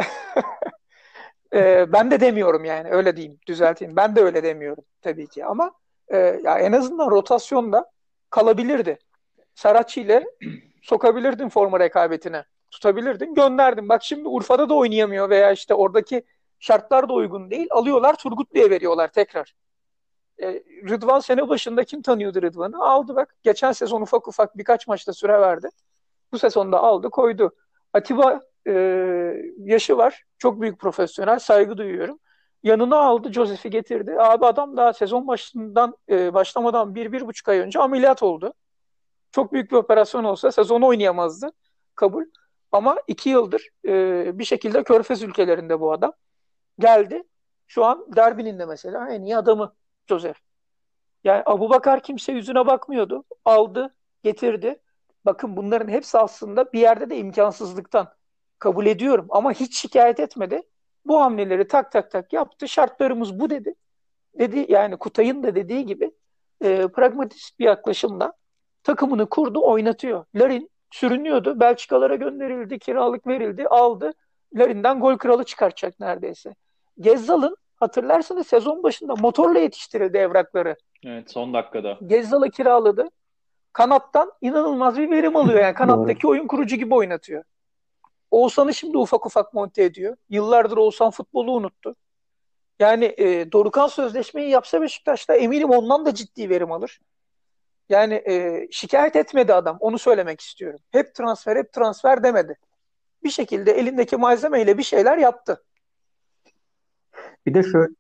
Ben de demiyorum yani öyle diyeyim, düzelteyim. Ben de öyle demiyorum tabii ki ama ya en azından rotasyonda kalabilirdi. Saratçı ile sokabilirdin forma rekabetine. Tutabilirdin, gönderdin. Bak şimdi Urfa'da da oynayamıyor veya işte oradaki şartlar da uygun değil. Alıyorlar Turgut Bey'e veriyorlar tekrar. Rıdvan sene başında kim tanıyordu Rıdvan'ı? Aldı bak. Geçen sezon ufak ufak birkaç maçta süre verdi. Bu sezonda aldı koydu. Atiba yaşı var. Çok büyük profesyonel. Saygı duyuyorum. Yanına aldı. Josef'i getirdi. Abi adam daha sezon başından başlamadan 1-1,5 ay önce ameliyat oldu. Çok büyük bir operasyon olsa sezonu oynayamazdı. Kabul. Ama 2 yıldır bir şekilde Körfez ülkelerinde bu adam. Geldi. Şu an derbinin de mesela en iyi adamı Josef. Yani Abubakar kimse yüzüne bakmıyordu. Aldı, getirdi. Bakın bunların hepsi aslında bir yerde de imkansızlıktan. Kabul ediyorum ama hiç şikayet etmedi. Bu hamleleri tak tak tak yaptı. Şartlarımız bu dedi. Dedi yani Kutay'ın da dediği gibi pragmatist bir yaklaşımla takımını kurdu, oynatıyor. Larin sürünüyordu. Belçikalara gönderildi, kiralık verildi, aldı. Larin'den gol kralı çıkartacak neredeyse. Gezzal'ın hatırlarsınız sezon başında motorla yetiştirildi evrakları. Evet, son dakikada. Gezzal'ı kiraladı. Kanattan inanılmaz bir verim alıyor. Yani Doğru. kanattaki oyun kurucu gibi oynatıyor. Oğuzhan'ı şimdi ufak ufak monte ediyor. Yıllardır Oğuzhan futbolu unuttu. Yani Dorukhan sözleşmeyi yapsa Beşiktaş'ta eminim ondan da ciddi verim alır. Yani şikayet etmedi adam. Onu söylemek istiyorum. Hep transfer, hep transfer demedi. Bir şekilde elindeki malzemeyle bir şeyler yaptı. Bir de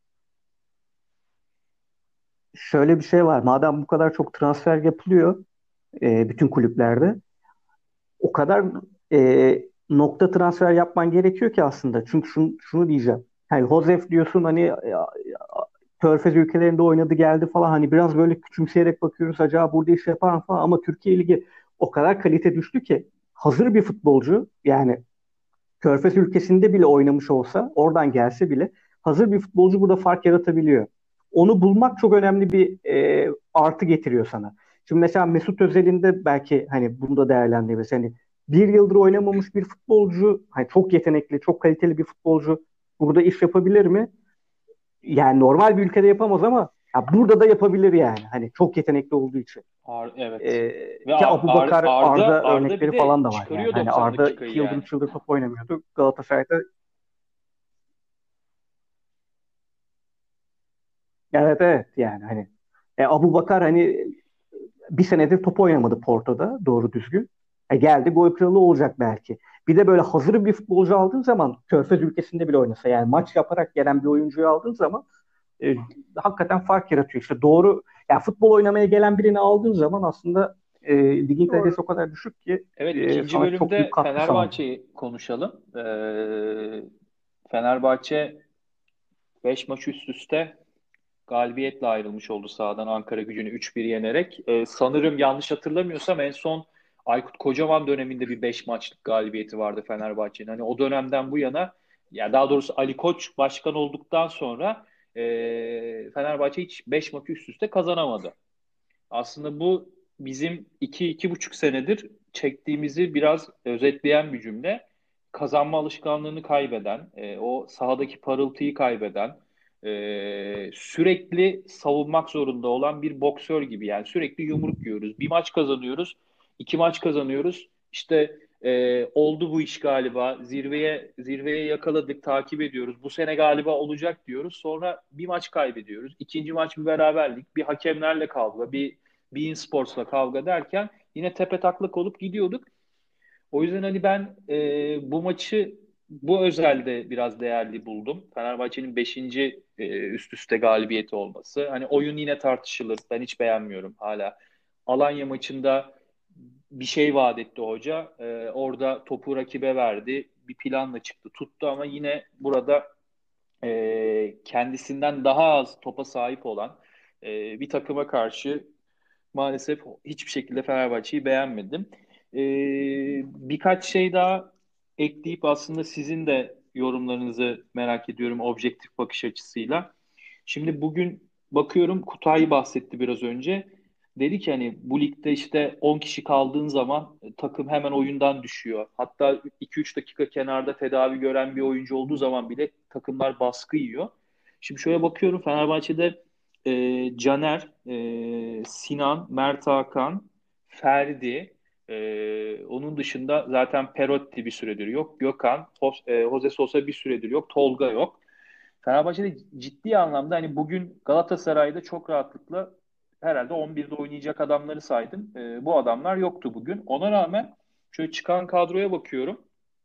şöyle bir şey var. Madem bu kadar çok transfer yapılıyor bütün kulüplerde, o kadar nokta transfer yapman gerekiyor ki aslında. Çünkü şunu diyeceğim. Hani Josef diyorsun, hani Körfez ülkelerinde oynadı geldi falan, hani biraz böyle küçümseyerek bakıyoruz, acaba burada iş yapar mı falan, ama Türkiye Ligi o kadar kalite düştü ki hazır bir futbolcu, yani Körfez ülkesinde bile oynamış olsa, oradan gelse bile hazır bir futbolcu burada fark yaratabiliyor. Onu bulmak çok önemli bir artı getiriyor sana. Şimdi mesela Mesut Özil'in de belki hani bunu da değerlendirebiliriz. Hani bir yıldır oynamamış bir futbolcu, hani çok yetenekli, çok kaliteli bir futbolcu burada iş yapabilir mi? Yani normal bir ülkede yapamaz ama ya burada da yapabilir yani. Hani çok yetenekli olduğu için. Evet. Ve Ki Abubakar, Arda Arda bir örnekleri de falan da var yani. çıkarıyor Hani 90 Arda dakikayı 2 yıldır yani. 3 yıldır top oynamıyordu. Galatasaray'da, evet evet, yani hani Abubakar hani bir senedir top oynamadı Porto'da doğru düzgün. Geldi gol kralı olacak belki. Bir de böyle hazır bir futbolcu aldığın zaman, Körfez ülkesinde bile oynasa, yani maç yaparak gelen bir oyuncuyu aldığın zaman e, hakikaten fark yaratıyor. İşte doğru, yani futbol oynamaya gelen birini aldığın zaman aslında ligin kalitesi Doğru. o kadar düşük ki Evet, ikinci sana çok büyük bölümde katkı sağlıyor. Fenerbahçe'yi konuşalım. Fenerbahçe 5 maç üst üste galibiyetle ayrılmış oldu sahadan, Ankara Gücü'nü 3-1 yenerek. Sanırım yanlış hatırlamıyorsam en son Aykut Kocaman döneminde bir 5 maçlık galibiyeti vardı Fenerbahçe'nin. Hani o dönemden bu yana, ya daha doğrusu Ali Koç başkan olduktan sonra Fenerbahçe hiç 5 maç üst üste kazanamadı. Aslında bu bizim 2-2,5 senedir çektiğimizi biraz özetleyen bir cümle. Kazanma alışkanlığını kaybeden, o sahadaki parıltıyı kaybeden, sürekli savunmak zorunda olan bir boksör gibi. Yani sürekli yumruk yiyoruz. Bir maç kazanıyoruz, 2 maç kazanıyoruz. İşte oldu bu iş galiba. Zirveye yakaladık, takip ediyoruz. Bu sene galiba olacak diyoruz. Sonra bir maç kaybediyoruz. İkinci maç bir beraberlik, bir hakemlerle kavga, bir Bein Sports'la kavga derken yine tepe taklak olup gidiyorduk. O yüzden hani ben bu maçı bu özelde biraz değerli buldum. Fenerbahçe'nin beşinci üst üste galibiyeti olması. Hani oyun yine tartışılır. Ben hiç beğenmiyorum hala. Alanya maçında bir şey vaat etti hoca. Orada topu rakibe verdi. Bir planla çıktı, tuttu ama yine burada kendisinden daha az topa sahip olan bir takıma karşı maalesef hiçbir şekilde Fenerbahçe'yi beğenmedim. Birkaç şey daha ekleyip aslında sizin de yorumlarınızı merak ediyorum objektif bakış açısıyla. Şimdi bugün bakıyorum Kutay bahsetti biraz önce. Dedi ki hani bu ligde işte 10 kişi kaldığın zaman takım hemen oyundan düşüyor. Hatta 2-3 dakika kenarda tedavi gören bir oyuncu olduğu zaman bile takımlar baskı yiyor. Şimdi şöyle bakıyorum Fenerbahçe'de Caner, Sinan, Mert Hakan, Ferdi, onun dışında zaten Perotti bir süredir yok. Gökhan, Jose Sosa bir süredir yok. Tolga yok. Fenerbahçe'de ciddi anlamda hani bugün Galatasaray'da çok rahatlıkla herhalde 11'de oynayacak adamları saydım. Bu adamlar yoktu bugün. Ona rağmen şöyle çıkan kadroya bakıyorum.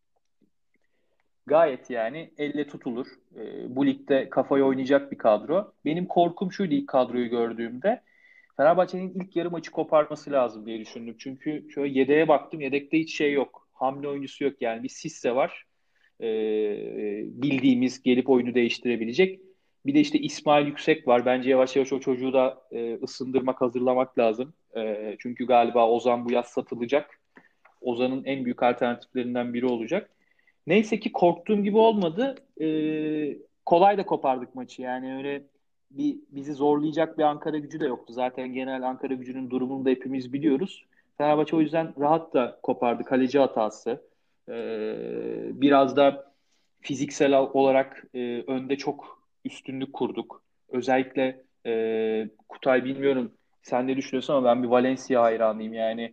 Gayet yani elle tutulur. Bu ligde kafayı oynayacak bir kadro. Benim korkum şuydu ilk kadroyu gördüğümde. Fenerbahçe'nin ilk yarı maçı koparması lazım diye düşündüm. Çünkü şöyle yedeğe baktım. Yedekte hiç şey yok. Hamle oyuncusu yok yani. Bir Sisse var. Bildiğimiz gelip oyunu değiştirebilecek. Bir de işte İsmail Yüksek var. Bence yavaş yavaş o çocuğu da ısındırmak, hazırlamak lazım. Çünkü galiba Ozan bu yaz satılacak. Ozan'ın en büyük alternatiflerinden biri olacak. Neyse ki korktuğum gibi olmadı. Kolay da kopardık maçı. Yani öyle bizi zorlayacak bir Ankara Gücü de yoktu. Zaten genel Ankara Gücü'nün durumunu da hepimiz biliyoruz. Fenerbahçe o yüzden rahat da kopardı. Kaleci hatası. Biraz da fiziksel olarak önde çok üstünlük kurduk. Özellikle Kutay bilmiyorum sen ne düşünüyorsun ama ben bir Valencia hayranıyım. Yani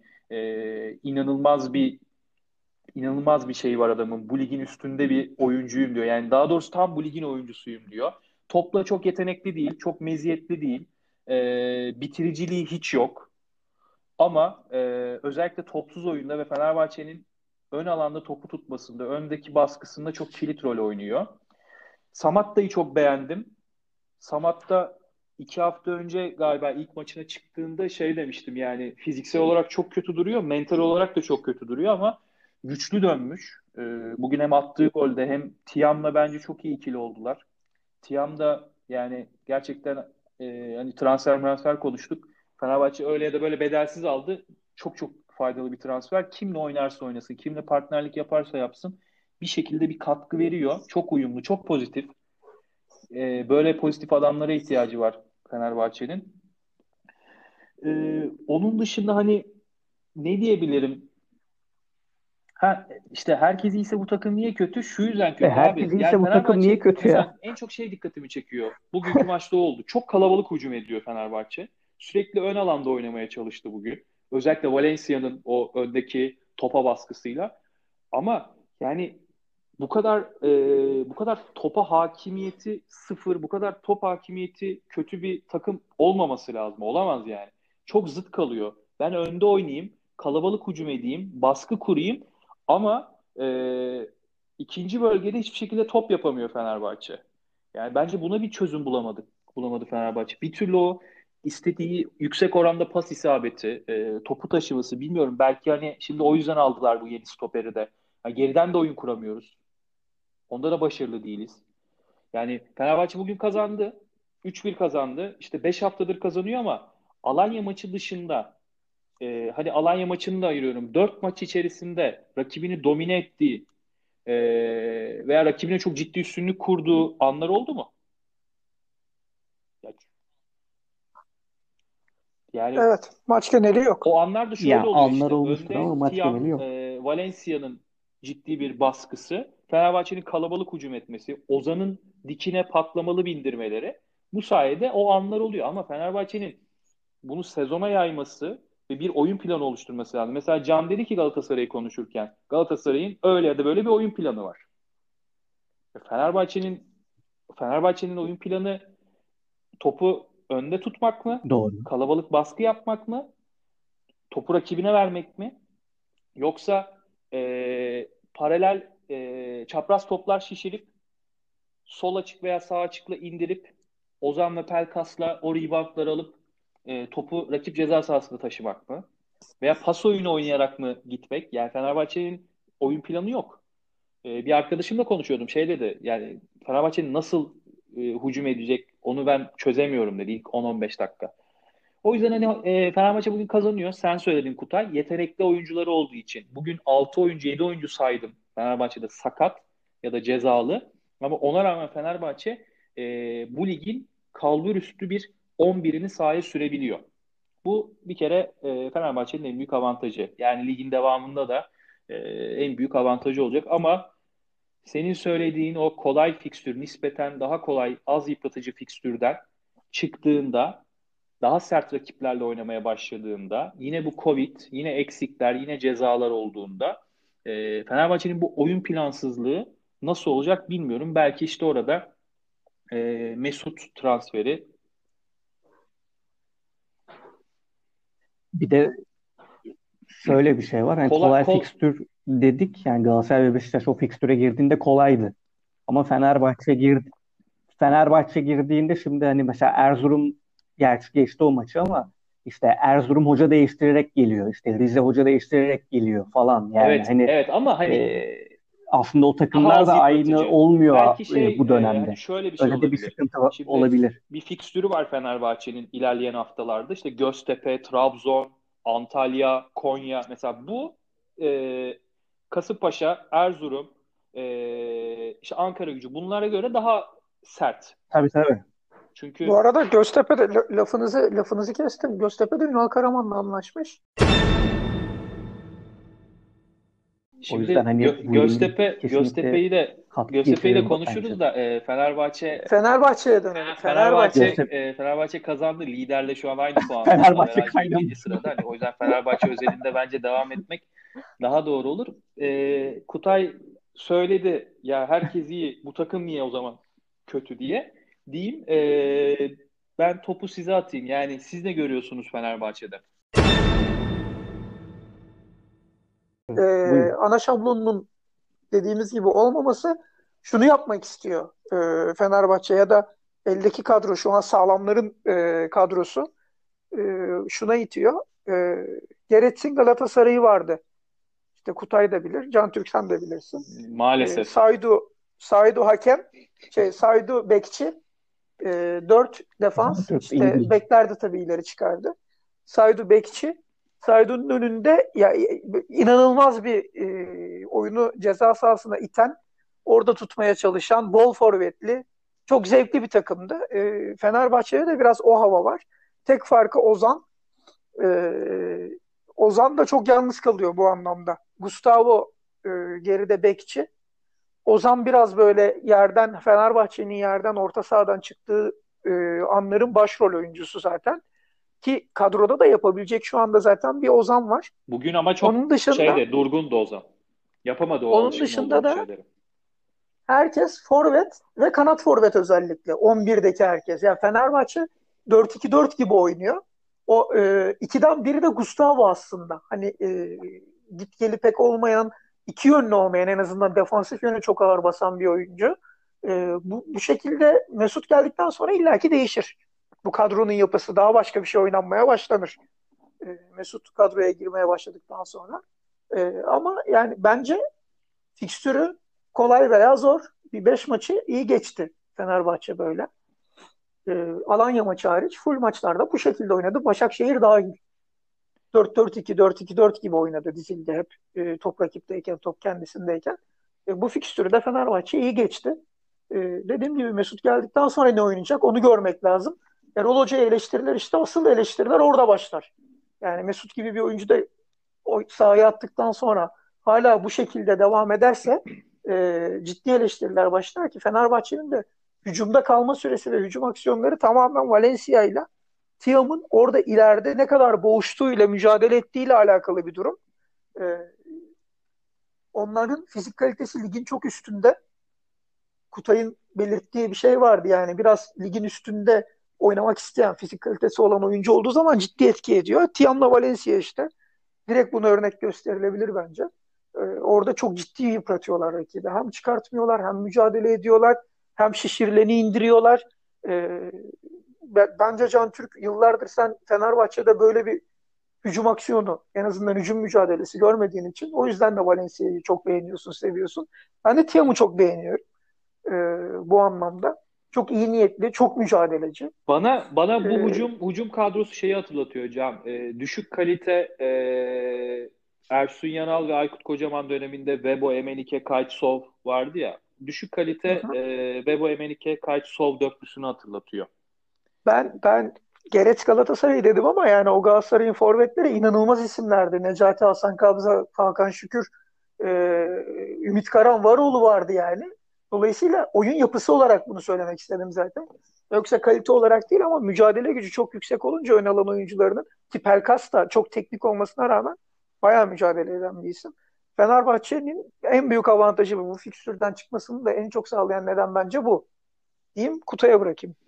inanılmaz bir şey var adamın. Bu ligin üstünde bir oyuncuyum diyor. Yani daha doğrusu tam bu ligin oyuncusuyum diyor. Topla çok yetenekli değil, çok meziyetli değil. Bitiriciliği hiç yok. Ama özellikle topsuz oyunda ve Fenerbahçe'nin ön alanda topu tutmasında, öndeki baskısında çok kilit rol oynuyor. Samatta'yı çok beğendim. Samatta 2 hafta önce galiba ilk maçına çıktığında şey demiştim yani fiziksel olarak çok kötü duruyor, mental olarak da çok kötü duruyor ama güçlü dönmüş. Bugün hem attığı golde hem Tiam'la bence çok iyi ikili oldular. Tiam da yani gerçekten hani transfer konuştuk. Fenerbahçe öyle ya da böyle bedelsiz aldı. Çok çok faydalı bir transfer. Kimle oynarsa oynasın, kimle partnerlik yaparsa yapsın bir şekilde bir katkı veriyor. Çok uyumlu, çok pozitif. Böyle pozitif adamlara ihtiyacı var Fenerbahçe'nin. Onun dışında hani ne diyebilirim? Ha, işte herkes iyiyse bu takım niye kötü? Şu yüzden kötü Herkes abi. Yani iyiyse bu takım niye Fenerbahçe kötü ya? mesela en çok şey dikkatimi çekiyor. Bugünkü maçta oldu. Çok kalabalık hücum ediyor Fenerbahçe. Sürekli ön alanda oynamaya çalıştı bugün. Özellikle Valencia'nın o öndeki topa baskısıyla. Ama yani bu kadar topa hakimiyeti sıfır, bu kadar top hakimiyeti kötü bir takım olmaması lazım. Olamaz yani. Çok zıt kalıyor. Ben önde oynayayım, kalabalık hücum edeyim, baskı kurayım ama ikinci bölgede hiçbir şekilde top yapamıyor Fenerbahçe. Yani bence buna bir çözüm bulamadı Fenerbahçe. Bir türlü o istediği yüksek oranda pas isabeti, topu taşıması bilmiyorum. Belki hani şimdi o yüzden aldılar bu yeni stoperi de. Yani geriden de oyun kuramıyoruz. Onda da başarılı değiliz. Yani Fenerbahçe bugün kazandı. 3-1 kazandı. İşte 5 haftadır kazanıyor ama Alanya maçı dışında hadi Alanya maçını da ayırıyorum. 4 maç içerisinde rakibini domine ettiği e, veya rakibine çok ciddi üstünlük kurduğu anlar oldu mu? Yani Evet, maç geneli yok. o anlar da şöyle Ya oluyor anlar işte. olmuştur ama Önde maç geneli Tiam, yok. Valencia'nın ciddi bir baskısı, Fenerbahçe'nin kalabalık hücum etmesi, Ozan'ın dikine patlamalı bindirmeleri bu sayede o anlar oluyor. Ama Fenerbahçe'nin bunu sezona yayması ve bir oyun planı oluşturması lazım. Mesela Can dedi ki Galatasaray'ı konuşurken Galatasaray'ın öyle ya da böyle bir oyun planı var. Fenerbahçe'nin Fenerbahçe'nin oyun planı topu önde tutmak mı? Doğru. Kalabalık baskı yapmak mı? Topu rakibine vermek mi? Yoksa paralel çapraz toplar şişirip sol açık veya sağ açıkla indirip Ozan ve Pelkas'la o reboundları alıp topu rakip ceza sahasında taşımak mı? Veya pas oyunu oynayarak mı gitmek? Yani Fenerbahçe'nin oyun planı yok. Bir arkadaşımla konuşuyordum. Şey dedi yani Fenerbahçe'nin nasıl hücum edecek onu ben çözemiyorum dedi ilk 10-15 dakika. O yüzden hani Fenerbahçe bugün kazanıyor. Sen söyledin Kutay. Yetenekli oyuncuları olduğu için. Bugün 6 oyuncu, 7 oyuncu saydım. Fenerbahçe'de sakat ya da cezalı. Ama ona rağmen Fenerbahçe bu ligin kalbur üstü bir 11'ini sahaya sürebiliyor. Bu bir kere Fenerbahçe'nin en büyük avantajı. Yani ligin devamında da en büyük avantajı olacak. Ama senin söylediğin o kolay fikstür, nispeten daha kolay, az yıpratıcı fikstürden çıktığında, daha sert rakiplerle oynamaya başladığında, yine bu Covid, yine eksikler, yine cezalar olduğunda Fenerbahçe'nin bu oyun plansızlığı nasıl olacak bilmiyorum. Belki işte orada Mesut transferi. Bir de şöyle bir şey var. Hani kolay kolay kol fikstür dedik. Yani Galatasaray ve Beşiktaş o fikstüre girdiğinde kolaydı. Ama Fenerbahçe girdiğinde şimdi hani mesela Erzurum gerçi geçti o maçı ama işte Erzurum hoca değiştirerek geliyor. İşte Rize hoca değiştirerek geliyor falan. Yani evet, hani evet, ama hani e, aslında o daha takımlar az da aynı yıpratıcı. olmuyor Belki bu hani dönemde. şöyle bir şey Öyle de bir olabilir. sıkıntı Şimdi olabilir. bir fikstürü var Fenerbahçe'nin ilerleyen haftalarda. İşte Göztepe, Trabzon, Antalya, Konya. Mesela bu e, Kasımpaşa, Erzurum, işte Ankaragücü bunlara göre daha sert. Tabii tabii. Bu Çünkü arada Göztepe'de lafınızı kestim. Göztepe'de Ünal Karaman'la anlaşmış. O yüzden şimdi hani bu yenilik kesinlikle katkı Göztepe'yi de getirir bence. konuşuruz da Fenerbahçe Fenerbahçe'ye dönelim. Fenerbahçe Göztepe, Fenerbahçe kazandı. Liderle şu an aynı puanda. Fenerbahçe Averajla birinci kaynamış. sırada. Hani o yüzden Fenerbahçe özelinde bence devam etmek daha doğru olur. Kutay söyledi ya herkes iyi. Bu takım niye o zaman kötü diye. Diyeyim. Ben topu size atayım. Yani siz ne görüyorsunuz Fenerbahçe'de? Buyurun. Ana şablonunun dediğimiz gibi olmaması şunu yapmak istiyor Fenerbahçe ya da eldeki kadro şu an sağlamların kadrosu şuna itiyor. E, Geretsin Galatasaray'ı vardı. İşte Kutay da bilir, Can Türk sen de bilirsin. Maalesef. Saydu hakem, Saydu bekçi, 4 defans, Çok iyi işte değil. bekler de tabii ileri çıkardı. Saydu bekçi, Saydu'nun önünde ya inanılmaz bir oyunu ceza sahasına iten, orada tutmaya çalışan, bol forvetli, çok zevkli bir takımdı. Fenerbahçe'de de biraz o hava var. Tek farkı Ozan. E, Ozan da çok yalnız kalıyor bu anlamda. Gustavo geride bekçi. Ozan biraz böyle yerden Fenerbahçe'nin yerden orta sahadan çıktığı anların başrol oyuncusu zaten. Ki kadroda da yapabilecek şu anda zaten bir Ozan var. Bugün ama çok Onun dışında durgundu Ozan. Yapamadı o onun alışkın dışında olduğumuz da şeyleri. herkes forvet ve kanat forvet özellikle. 11'deki herkes. Yani Fenerbahçe 4-2-4 gibi oynuyor. O ikiden biri de Gustavo aslında. Hani git geli pek olmayan, iki yönlü olmayan en azından defansif yönü çok ağır basan bir oyuncu. Bu şekilde Mesut geldikten sonra illaki değişir. Bu kadronun yapısı daha başka bir şey oynanmaya başlanır. Mesut kadroya girmeye başladıktan sonra. Ama yani bence fikstürü kolay veya zor. Bir 5 maçı iyi geçti Fenerbahçe böyle. Alanya maçı hariç full maçlarda bu şekilde oynadı. Başakşehir dahil. 4-4-2, 4-2-4 gibi oynadı, dizildi hep. Top rakipteyken, top kendisindeyken. Bu fikstürü de Fenerbahçe iyi geçti. Dediğim gibi Mesut geldikten sonra ne oynayacak onu görmek lazım. Erol Hoca'ya eleştiriler, işte asıl eleştiriler orada başlar. Yani Mesut gibi bir oyuncu da o sahaya attıktan sonra hala bu şekilde devam ederse ciddi eleştiriler başlar ki Fenerbahçe'nin de hücumda kalma süresi ve hücum aksiyonları tamamen Valencia ile Tiam'ın orada ileride ne kadar boğuştuğuyla, mücadele ettiğiyle alakalı bir durum. E, Onların fizik kalitesi ligin çok üstünde. Kutay'ın belirttiği bir şey vardı, yani biraz ligin üstünde oynamak isteyen, fizik kalitesi olan oyuncu olduğu zaman ciddi etki ediyor. Tiam'la Valencia işte. Direkt buna örnek gösterilebilir bence. Orada çok ciddi yıpratıyorlar rakibi. Hem çıkartmıyorlar, hem mücadele ediyorlar, hem şişirileni indiriyorlar. Ee, Bence Can Türk, yıllardır sen Fenerbahçe'de böyle bir hücum aksiyonu, en azından hücum mücadelesi görmediğin için o yüzden de Valencia'yı çok beğeniyorsun, seviyorsun. Ben de Tiam'ı çok beğeniyorum bu anlamda. Çok iyi niyetli, çok mücadeleci. Bana bu Ee, hücum kadrosu şeyi hatırlatıyor hocam. Düşük kalite Ersun Yanal ve Aykut Kocaman döneminde Vebo, Emenike, Kaytsov vardı ya. Düşük kalite hı hı. Vebo, Emenike, Kaytsov dörtlüsünü hatırlatıyor. Ben Gereç Galatasaray dedim ama yani o Galatasaray'ın forvetleri inanılmaz isimlerdi. Necati Hasan Kabza, Hakan Şükür, e, Ümit Karan Varoğlu vardı yani. Dolayısıyla oyun yapısı olarak bunu söylemek istedim zaten. Yoksa kalite olarak değil ama mücadele gücü çok yüksek olunca ön alan oyuncularının, ki Pelkas da çok teknik olmasına rağmen bayağı mücadele eden bir isim. Fenerbahçe'nin en büyük avantajı bu fikstürden çıkmasını da en çok sağlayan neden bence bu. Diyeyim, Kutay'a bırakayım.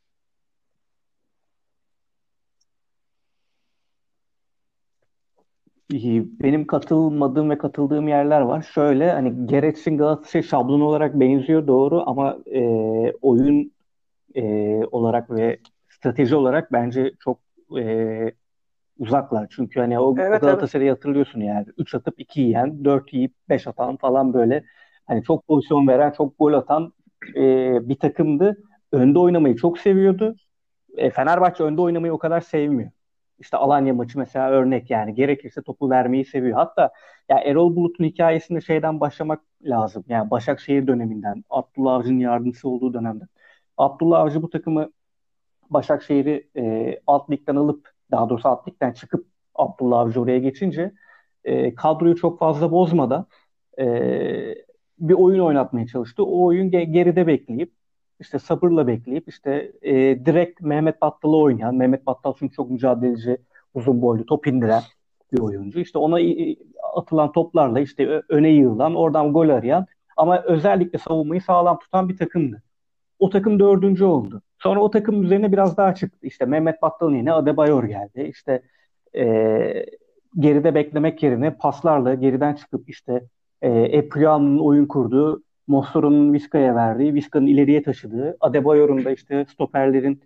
Benim katılmadığım ve katıldığım yerler var. Şöyle hani Gereç'in Galatasaray şablonu olarak benziyor doğru ama oyun olarak ve strateji olarak bence çok e, uzaklar. Çünkü hani o Evet, evet. Galatasaray'ı hatırlıyorsun yani. 3 atıp 2 yiyen, 4 yiyip 5 atan falan böyle. Hani çok pozisyon veren, çok gol atan bir takımdı. Önde oynamayı çok seviyordu. Fenerbahçe önde oynamayı o kadar sevmiyor. İşte Alanya maçı mesela örnek yani. Gerekirse topu vermeyi seviyor. Hatta ya Erol Bulut'un hikayesinde şeyden başlamak lazım. Yani Başakşehir döneminden, Abdullah Avcı'nın yardımcısı olduğu dönemden. Abdullah Avcı bu takımı Başakşehir'i alt ligden alıp daha doğrusu alt ligden çıkıp Abdullah Avcı oraya geçince kadroyu çok fazla bozmadan e, bir oyun oynatmaya çalıştı. O oyun geride bekleyip işte sabırla bekleyip işte direkt Mehmet Battal'ı oynayan, Mehmet Battal çünkü çok mücadeleci, uzun boylu, top indiren bir oyuncu. İşte ona atılan toplarla işte öne yığılan, oradan gol arayan ama özellikle savunmayı sağlam tutan bir takımdı. O takım dördüncü oldu. Sonra o takım üzerine biraz daha çıktı. İşte Mehmet Battal'ın yerine Adebayor geldi. İşte e, geride beklemek yerine paslarla geriden çıkıp işte Epriano'nun oyun kurduğu, Mossora'nın Vizca'ya verdiği, Vizca'nın ileriye taşıdığı, Adebayor'un da işte stoperlerin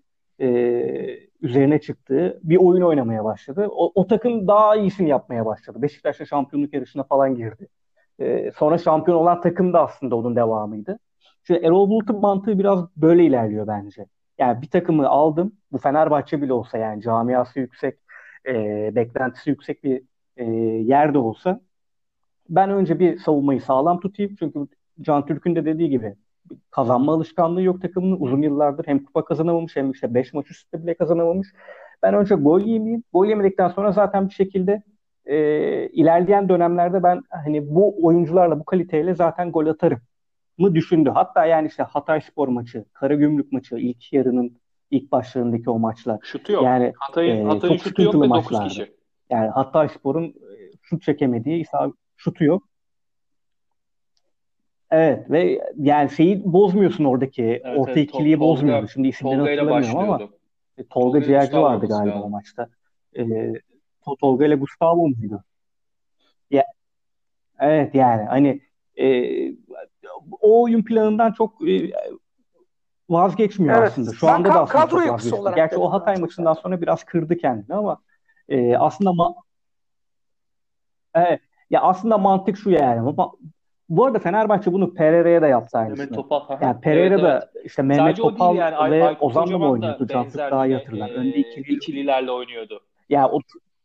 üzerine çıktığı bir oyun oynamaya başladı. O takım daha iyisini yapmaya başladı. Beşiktaş'ta şampiyonluk yarışına falan girdi. Sonra şampiyon olan takım da aslında onun devamıydı. Şimdi Erol Bulut'un mantığı biraz böyle ilerliyor bence. Yani bir takımı aldım. Bu Fenerbahçe bile olsa yani camiası yüksek, beklentisi yüksek bir yerde olsa ben önce bir savunmayı sağlam tutayım. Çünkü Can Türk'ün de dediği gibi kazanma alışkanlığı yok takımının. Uzun yıllardır hem kupa kazanamamış hem işte 5 maç üstte bile kazanamamış. Ben önce gol yemeyeyim. Gol yemedikten sonra zaten bir şekilde ilerleyen dönemlerde ben hani bu oyuncularla bu kaliteyle zaten gol atarım mı düşündü. Hatta yani işte Hatayspor maçı, Karagümrük maçı ilk yarının ilk başlarındaki o maçlar. Şutu yok. Yani Hatay'ın çok şutu yok sıkıntılı ve 9 maçlardı. kişi. Yani Hatayspor'un şut çekemediği, şutu yok. Evet ve yani şeyi bozmuyorsun oradaki Evet, orta evet. ikiliyi bozmuyordu. Şimdi isimleri Tolga ile hatırlamıyorum ama başlıyordu. Tolga Tolga ile Ciğerci Gustavo vardı olması galiba o lazım. maçta. E, Tolga ile Gustavo muydu? Ya, evet yani hani e, o oyun planından çok vazgeçmiyor Evet. aslında. Şu Ben anda da aslında kadro çok yapısı vazgeçmiyor. olarak Gerçi o dedim daha Hatay çok maçından zaten. sonra biraz kırdı kendini ama aslında evet, ya aslında mantık şu yani. Bu arada Fenerbahçe bunu Pereira'ya da yaptı Mehmet aynısını. Topal. Yani Evet, Pereira evet. da işte Mehmet Sadece o değil Topal yani ve Aykut Ozan'la mı Kocaman oynuyordu? da Can Türk benzer daha iyi yine hatırlar. Önde ikililerle oynuyordu. ya o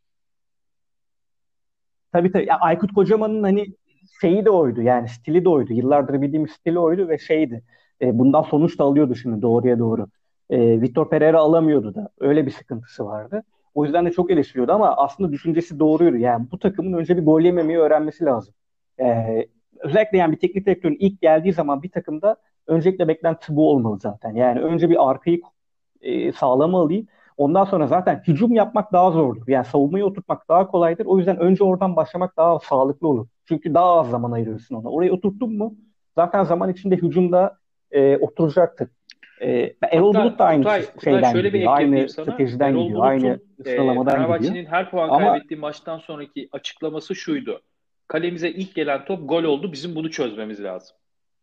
tabii tabii ya Aykut Kocaman'ın hani şeyi de oydu yani stili de oydu. Yıllardır bildiğimiz stili oydu ve şeydi. Bundan sonuç da alıyordu şimdi doğruya doğru. Vitor Pereira alamıyordu da. Öyle bir sıkıntısı vardı. O yüzden de çok eleştiriyordu ama aslında düşüncesi doğruydu. Yani bu takımın önce bir gol yememeyi öğrenmesi lazım. Özellikle yani bir teknik direktörün ilk geldiği zaman bir takımda öncelikle beklentisi bu olmalı zaten. Yani önce bir arkayı sağlama alayım. Ondan sonra zaten hücum yapmak daha zordur. Yani savunmayı oturtmak daha kolaydır. O yüzden önce oradan başlamak daha sağlıklı olur. Çünkü daha az zaman ayırırsın ona. Orayı oturttun mu zaten zaman içinde hücumda oturacaktır. Erol Bulut Hatta da aynı Kutay şeyden şöyle bir gidiyor. ek yapayım Aynı sana. stratejiden Erol gidiyor. Aynı Bulut'un sıralamadan gidiyor. Fenerbahçe'nin her puan Ama kaybettiği maçtan sonraki açıklaması şuydu. Kalemize ilk gelen top gol oldu. Bizim bunu çözmemiz lazım.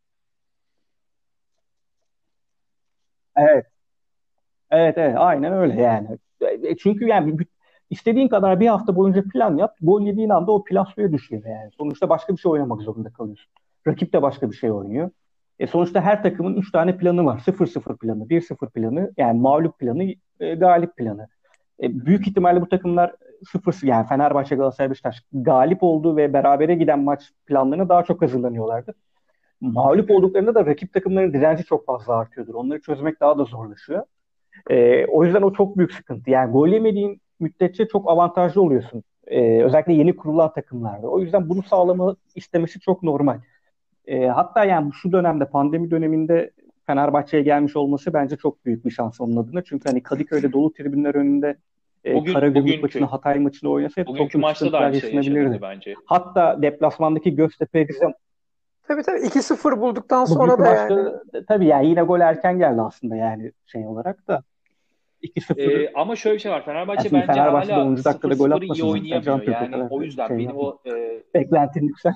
evet, evet, evet, aynen öyle yani. Çünkü yani istediğin kadar bir hafta boyunca plan yap. Gol yediğin anda o plan suya düşüyor yani. Sonuçta başka bir şey oynamak zorunda kalıyorsun. Rakip de başka bir şey oynuyor. Sonuçta her takımın 3 tane planı var. 0-0 planı, 1-0 planı, yani mağlup planı, galip planı. Büyük ihtimalle bu takımlar 0 yani Fenerbahçe, Galatasaray, Beşiktaş galip olduğu ve berabere giden maç planlarına daha çok hazırlanıyorlardır. Mağlup olduklarında da rakip takımların direnci çok fazla artıyordur. Onları çözmek daha da zorlaşıyor. O yüzden o çok büyük sıkıntı. Yani gol yemediğin müddetçe çok avantajlı oluyorsun. Özellikle yeni kurulan takımlarda. O yüzden bunu sağlama istemesi çok normal. Hatta yani şu dönemde, pandemi döneminde Fenerbahçe'ye gelmiş olması bence çok büyük bir şans onun adına. Çünkü hani Kadıköy'de dolu tribünler önünde Karagümrük maçını, Hatay maçını oynasa çok bugünkü büyük maçta da sıkıntılar aynı şey yaşanırdı yaşanabilirdi. bence. Hatta deplasmandaki Göztepe Rize Tabii 2-0 bulduktan sonra bugünkü da yani. maçta tabii yani yine gol erken geldi aslında yani şey olarak da 2-0. Ama şöyle bir şey var. Yani Fenerbahçe şimdi bence Fenerbahçe'de hala 10. dakikada gol 0-0'ı iyi atmasın zaten. Can oynayamıyor. Türk'e Yani kadar o yüzden şey benim yapma. o Beklentin yüksek.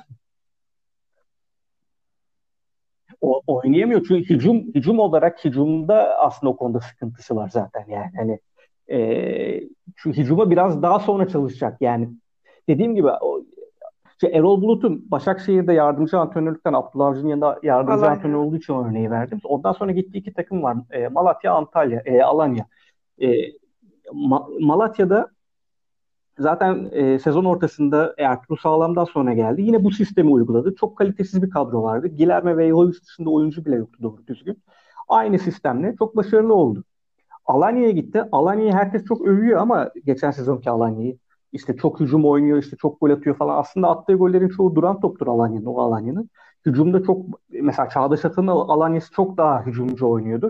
Oynayamıyor çünkü hücum olarak hücumda aslında o konuda sıkıntısı var zaten yani hani çünkü hücuma biraz daha sonra çalışacak yani dediğim gibi Erol Bulut'un Başakşehir'de yardımcı antrenörlükten Abdullah Avcı'nın yanında yardımcı antrenör Alanya. olduğu için örneği verdim. Ondan sonra gittiği iki takım var. Malatya, Antalya, Alanya. E, Malatya'da zaten sezon ortasında Ertuğrul Sağlam'dan sonra geldi. Yine bu sistemi uyguladı. Çok kalitesiz bir kadro vardı. Guilherme ve Jovic dışında oyuncu bile yoktu doğru düzgün. Aynı sistemle çok başarılı oldu. Alanya'ya gitti. Alanya'yı herkes çok övüyor ama geçen sezonki Alanya'yı işte çok hücum oynuyor, işte çok gol atıyor falan. Aslında attığı gollerin çoğu duran toptur Alanya'nın. Hücumda çok mesela Çağdaş Atan'ın Alanya'sı çok daha hücumcu oynuyordur.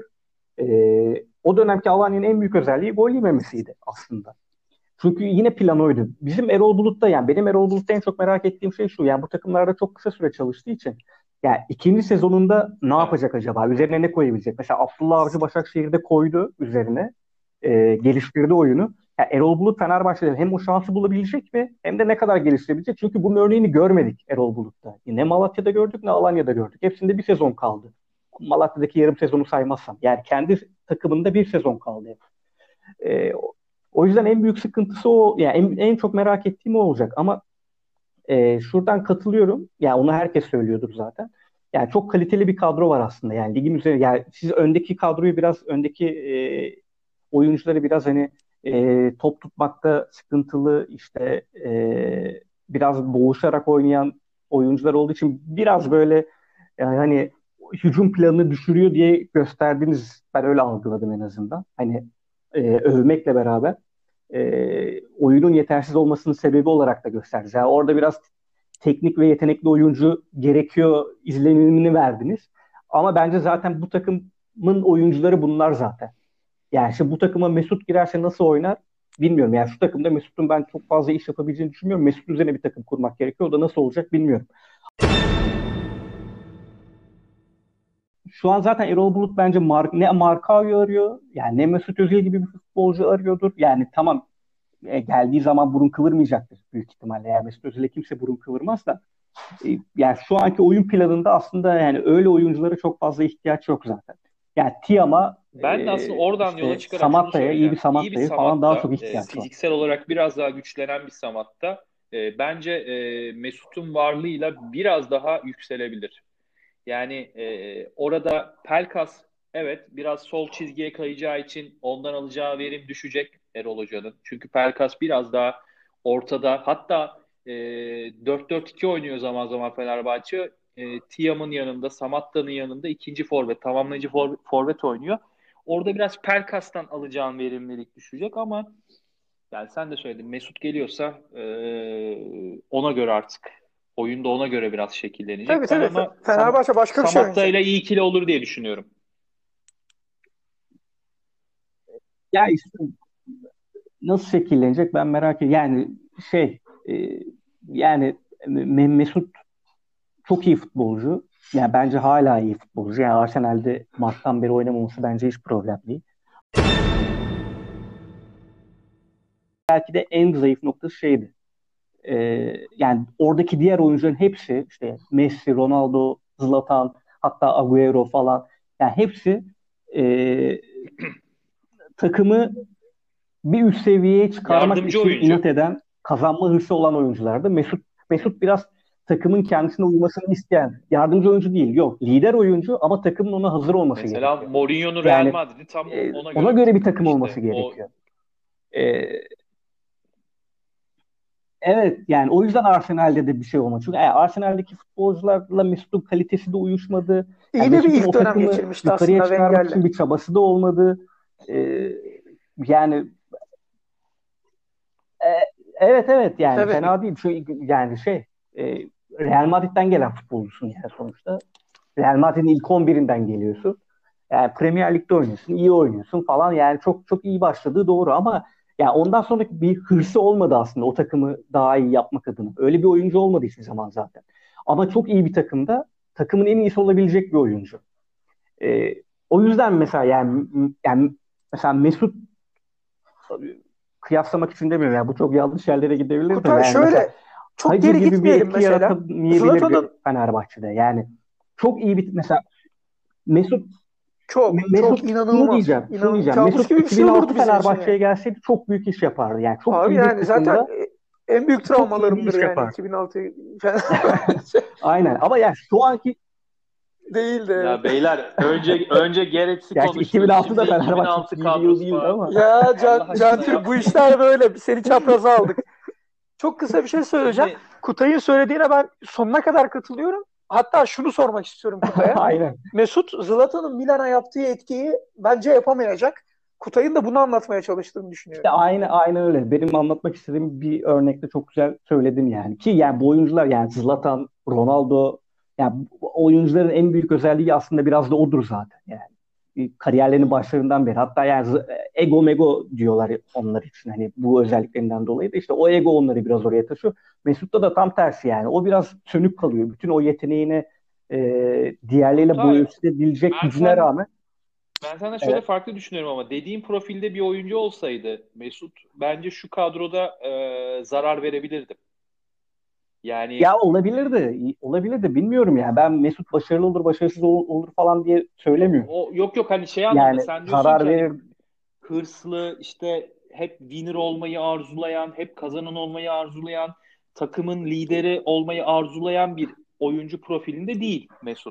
O dönemki Alanya'nın en büyük özelliği gol yememesiydi aslında. Çünkü yine plan oydu. Bizim Erol Bulut'ta yani benim Erol Bulut'ta en çok merak ettiğim şey şu. Yani bu takımlarda çok kısa süre çalıştığı için yani ikinci sezonunda ne evet. yapacak acaba? Üzerine ne koyabilecek? Mesela Abdullah Avcı Başakşehir'de koydu üzerine. Geliştirdi oyunu. Yani Erol Bulut Fenerbahçe'de hem o şansı bulabilecek mi hem de ne kadar geliştirebilecek? Çünkü bunun örneğini görmedik Erol Bulut'ta. Ne Malatya'da gördük ne Alanya'da gördük. Hepsinde bir sezon kaldı. Malatya'daki yarım sezonu saymazsam. Yani kendi takımında bir sezon kaldı. E, O yüzden en büyük sıkıntısı o. Yani en çok merak ettiğim o olacak. Ama şuradan katılıyorum. Yani onu herkes söylüyordur zaten. Yani çok kaliteli bir kadro var aslında. Yani ligin üzerinde. Yani siz öndeki kadroyu biraz öndeki oyuncuları biraz hani top tutmakta sıkıntılı işte biraz boğuşarak oynayan oyuncular olduğu için biraz böyle yani hani hücum planını düşürüyor diye gösterdiniz. Ben öyle algıladım en azından. Hani övmekle beraber oyunun yetersiz olmasının sebebi olarak da gösterdiniz. Yani orada biraz teknik ve yetenekli oyuncu gerekiyor izlenimini verdiniz. Ama bence zaten bu takımın oyuncuları bunlar zaten. Yani şimdi bu takıma Mesut girerse nasıl oynar bilmiyorum. Yani şu takımda Mesut'un ben çok fazla iş yapabileceğini düşünmüyorum. Mesut üzerine bir takım kurmak gerekiyor. O da nasıl olacak bilmiyorum. Şu an zaten Erol Bulut bence ne Markao'yu arıyor. Yani ne Mesut Özil gibi bir futbolcu arıyordur. Yani tamam geldiği zaman burun kıvırmayacaktır büyük ihtimalle. Yani Mesut Özil'e kimse burun kıvırmaz da yani şu anki oyun planında aslında yani öyle oyunculara çok fazla ihtiyaç yok zaten. Yani Tiam'a Ben de aslında oradan yola işte çıkarak şunu Samatta'ya, iyi bir söyleyeceğim. İyi bir Samatta'ya falan daha çok Samatta, ihtiyaç var. fiziksel olarak biraz daha güçlenen bir Samatta, bence Mesut'un varlığıyla biraz daha yükselebilir. Yani orada Pelkas, evet, biraz sol çizgiye kayacağı için ondan alacağı verim düşecek Erol Hoca'nın. Çünkü Pelkas biraz daha ortada. Hatta 4-4-2 oynuyor zaman zaman Fenerbahçe. Tiam'ın yanında, Samatta'nın yanında ikinci forvet, tamamlayıcı forvet oynuyor. Orada biraz Pelkas'tan alacağın verimlilik düşecek ama yani sen de söyledin, Mesut geliyorsa ona göre artık oyunda ona göre biraz Tabii şekillenecek. Ben tabii. ama Fenerbahçe başka bir şey Samatta oynayacak. ile iyi ikili olur diye düşünüyorum. Ya işte nasıl şekillenecek ben merak ediyorum. Yani şey e, yani Mesut çok iyi futbolcu. Yani bence hala iyi futbolcu. Yani Arsenal'de Mart'tan beri oynamaması bence hiç problem değil. Belki de en zayıf noktası şeydi. Yani oradaki diğer oyuncuların hepsi işte Messi, Ronaldo, Zlatan, hatta Agüero falan yani hepsi e, takımı bir üst seviyeye çıkarmak Yardımcı için oyuncu. inat eden, kazanma hırsı olan oyunculardı. Mesut biraz takımın kendisine uymasını isteyen, yardımcı oyuncu değil, yok lider oyuncu ama takımın ona hazır olması Mesela gerekiyor. Mourinho'nun Real Yani Madrid'i tam ona ona göre bir göre bir takım. takım olması İşte o gerekiyor. E, Evet yani o yüzden Arsenal'de de bir şey olmadı. Çünkü Arsenal'deki futbolcularla Mesut'un kalitesi de uyuşmadı. Yani İyi de bir Mesut'un ilk o dönem takımı geçirmişti yukarıya aslında çıkarmak Wenger'le. için bir çabası da olmadı. Ee, yani e, evet yani Tabii. fena değil. Yani e, Real Madrid'den gelen futbolcusun yani sonuçta. Real Madrid'in ilk 11'inden geliyorsun. Yani Premier Lig'de oynuyorsun, iyi oynuyorsun falan. Yani çok çok iyi başladığı doğru ama yani ondan sonraki bir hırsı olmadı aslında o takımı daha iyi yapmak adına. Öyle bir oyuncu olmadı hiçbir zaman zaten. Ama çok iyi bir takımda takımın en iyisi olabilecek bir oyuncu. Ee, o yüzden mesela yani mesela Mesut, kıyaslamak için demiyorum yani bu çok yanlış yerlere gidebilir de Kutay yani mesela şöyle çok Hacı geri gibi bir gitmeyelim etki mesela. yaratamayabilirdi Zlatan'ın Fenerbahçe'de. Yani çok iyi bir mesela Mesut çok Mesut şunu inanılmaz. diyeceğim, şunu diyeceğim. Kabus Mesut gibi bir şey olurdu 2006 bizim için yani. Fenerbahçe'ye gelseydi çok büyük iş yapardı. Yani çok Abi iyi bir yani zaten takımda en büyük çok iyi bir travmalarımdır iş yani yapardı. 2006 Fenerbahçe Aynen. Ama yani şu anki değildi, evet. Ya beyler önce Gerets'i gerçi konuştuk. 2006'da Şimdi Fenerbahçe hiç 2006 iyi bir yıl kadrosu değildi falan. ama Ya Allah Can aşkına Türk bu yapmayın işler ya. böyle. Seni çapraza aldık. Çok kısa bir şey söyleyeceğim. Şimdi Kutay'ın söylediğine ben sonuna kadar katılıyorum. Hatta şunu sormak istiyorum Kutay'a. aynen. Mesut Zlatan'ın Milan'a yaptığı etkiyi bence yapamayacak. Kutay'ın da bunu anlatmaya çalıştığını İşte düşünüyorum. aynı öyle. Benim anlatmak istediğim bir örnekte çok güzel söyledim yani. Ki yani bu oyuncular yani Zlatan, Ronaldo yani bu oyuncuların en büyük özelliği aslında biraz da odur zaten yani. Kariyerlerinin başlarından beri. Hatta yani ego mego diyorlar onlar için. Hani bu özelliklerinden dolayı da işte o ego onları biraz oraya taşıyor. Mesut'ta da tam tersi yani. O biraz sönük kalıyor. Bütün o yeteneğini diğerleriyle boy Kutay, ölçüşebilecek ben gücüne sen rağmen ben senden şöyle evet, farklı düşünüyorum ama dediğim profilde bir oyuncu olsaydı Mesut bence şu kadroda zarar verebilirdi. Yani ya olabilirdi bilmiyorum ya. Ben Mesut başarılı olur, başarısız olur falan diye söylemiyorum. yok hani şey anlamda Yani sen diyorsun zarar ki hani verir. hırslı, işte hep winner olmayı arzulayan, hep kazanan olmayı arzulayan, takımın lideri olmayı arzulayan bir oyuncu profilinde değil Mesut.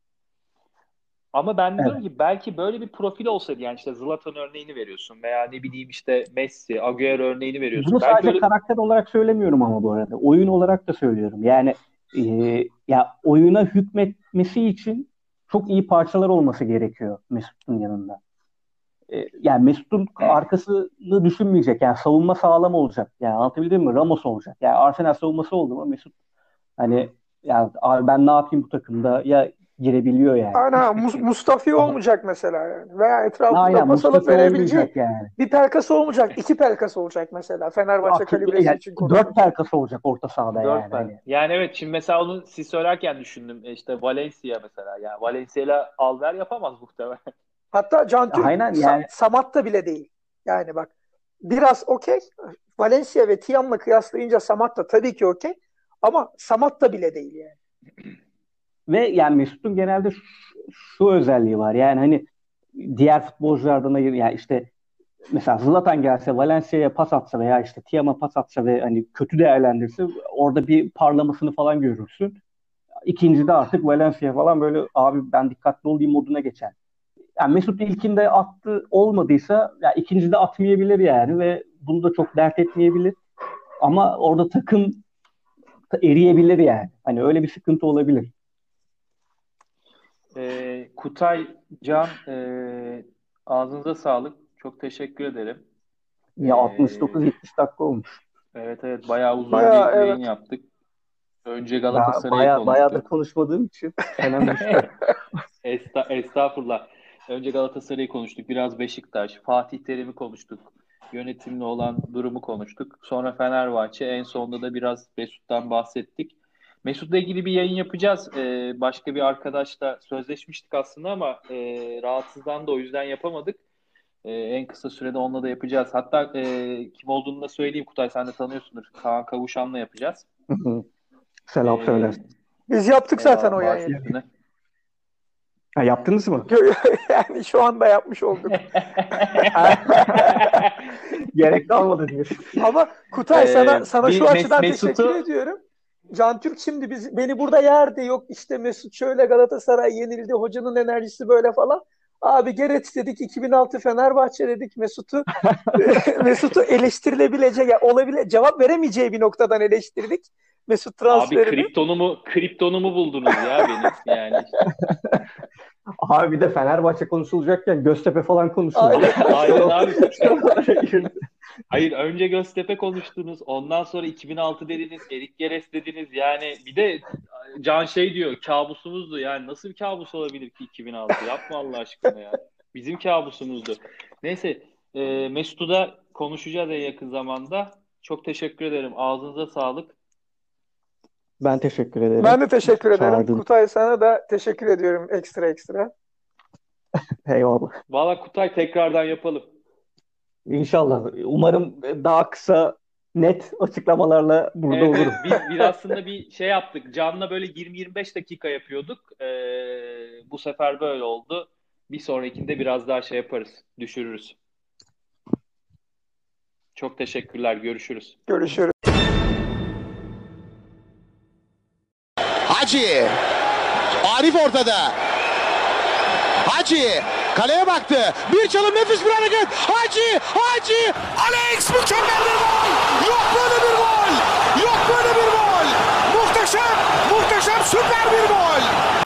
Ama ben diyorum Evet. ki belki böyle bir profil olsaydı, yani işte Zlatan örneğini veriyorsun veya ne bileyim işte Messi, Agüero örneğini veriyorsun. Bunu Belki sadece öyle karakter olarak söylemiyorum ama bu arada. Oyun olarak da söylüyorum. Yani e, ya oyuna hükmetmesi için çok iyi parçalar olması gerekiyor Mesut'un yanında. Yani Mesut'un arkasını düşünmeyecek. Yani savunma sağlam olacak. Yani anlatabildim mi? Ramos olacak. Yani Arsenal savunması oldu mu Mesut hani ya abi ben ne yapayım bu takımda ya girebiliyor yani. Aynen Mustafi Ama olmayacak mesela yani. Veya etrafında aynen pas alıp Mustafa verebileceği olmayacak yani. bir pelkası olmayacak. İki pelkası olacak mesela. Fenerbahçe kalibresi Yani için 4 konuşursak. pelkası olacak orta sahada dört yani. ben. Hani Yani evet, şimdi mesela onu siz söylerken düşündüm. İşte Valencia mesela. Yani Valencia'yla alver yapamaz muhtemelen. Hatta Can Türk aynen yani Samatta bile değil. Yani bak biraz okey. Valencia ve Tiam'la kıyaslayınca Samatta tabii ki okey. Ama Samatta bile değil yani. ve yani Mesut'un genelde şu özelliği var. Yani hani diğer futbolculardan ayır yani işte mesela Zlatan gelse Valencia'ya pas atsa veya işte Tiam'a pas atsa ve hani kötü değerlendirse orada bir parlamasını falan görürsün. İkincide artık Valencia falan böyle abi ben dikkatli olayım moduna geçer. Yani Mesut ilkinde attı olmadıysa ya ikincide atmayabilir yani ve bunu da çok dert etmeyebilir. Ama orada takım eriyebilir yani. Hani öyle bir sıkıntı olabilir. Kutay, Can, ağzınıza sağlık. Çok teşekkür ederim. Ya Ee, 69-70 dakika olmuş. evet bayağı uzun Baya bir yayın evet. yaptık. Önce Ben Galatasaray'ı bayağıdır konuştuk. konuşmadığım için çenem düştü. Estağfurullah. Önce Galatasaray'ı konuştuk. Biraz Beşiktaş, Fatih Terim'i konuştuk. Yönetimle olan durumu konuştuk. Sonra Fenerbahçe. En sonunda da biraz Mesut'tan bahsettik. Mesut'la ilgili bir yayın yapacağız. Başka bir arkadaşla sözleşmiştik aslında ama rahatsızlandı, o yüzden yapamadık. En kısa sürede onunla da yapacağız. Hatta kim olduğunu da söyleyeyim. Kutay, sen de tanıyorsundur. Kaan Kavuşan'la yapacağız. Selam E, söylersin. Biz yaptık zaten o eyvallah, baş yayını. üstüne. Ha, yaptınız mı? Yani şu anda yapmış olduk. Gerek kalmadı diyorsun. Ama Kutay sana Bir şu açıdan teşekkür Mesut'u ediyorum. Can Türk şimdi beni burada yerdi. Yok işte Mesut şöyle Galatasaray yenildi. Hocanın enerjisi böyle falan. Abi Gerets dedik 2006 Fenerbahçe dedik Mesut'u eleştirilebilecek yani olabilir cevap veremeyeceği bir noktadan eleştirdik Mesut abi transferini. kriptonumu buldunuz ya benim, yani işte. Abi bir de Fenerbahçe konuşulacakken Göztepe falan konuşuluyor. Aynen abi. Hayır, önce Göztepe konuştunuz. Ondan sonra 2006 dediniz. Erik Geres dediniz. Yani bir de Can şey diyor. Kabusumuzdu. Yani nasıl bir kabus olabilir ki 2006? Yapma Allah aşkına ya. Bizim kabusumuzdu. Neyse. Mesut'u da konuşacağız en yakın zamanda. Çok teşekkür ederim. Ağzınıza sağlık. Ben teşekkür ederim. Ben de teşekkür ederim. Çağırdın. Kutay, sana da teşekkür ediyorum ekstra. Eyvallah. Valla Kutay, tekrardan yapalım. İnşallah. Umarım daha kısa, net açıklamalarla burada Evet, olurum. biz aslında bir şey yaptık. Can'la böyle 20-25 dakika yapıyorduk. Bu sefer böyle oldu. Bir sonrakinde biraz daha şey yaparız. Düşürürüz. Çok teşekkürler. Görüşürüz. Görüşürüz. Hacı. Arif ortada. Hacı kaleye baktı. Bir çalım, nefis bir hareket. Hacı. Alex, mükemmel bir gol. Yok böyle bir gol. Muhteşem, süper bir gol.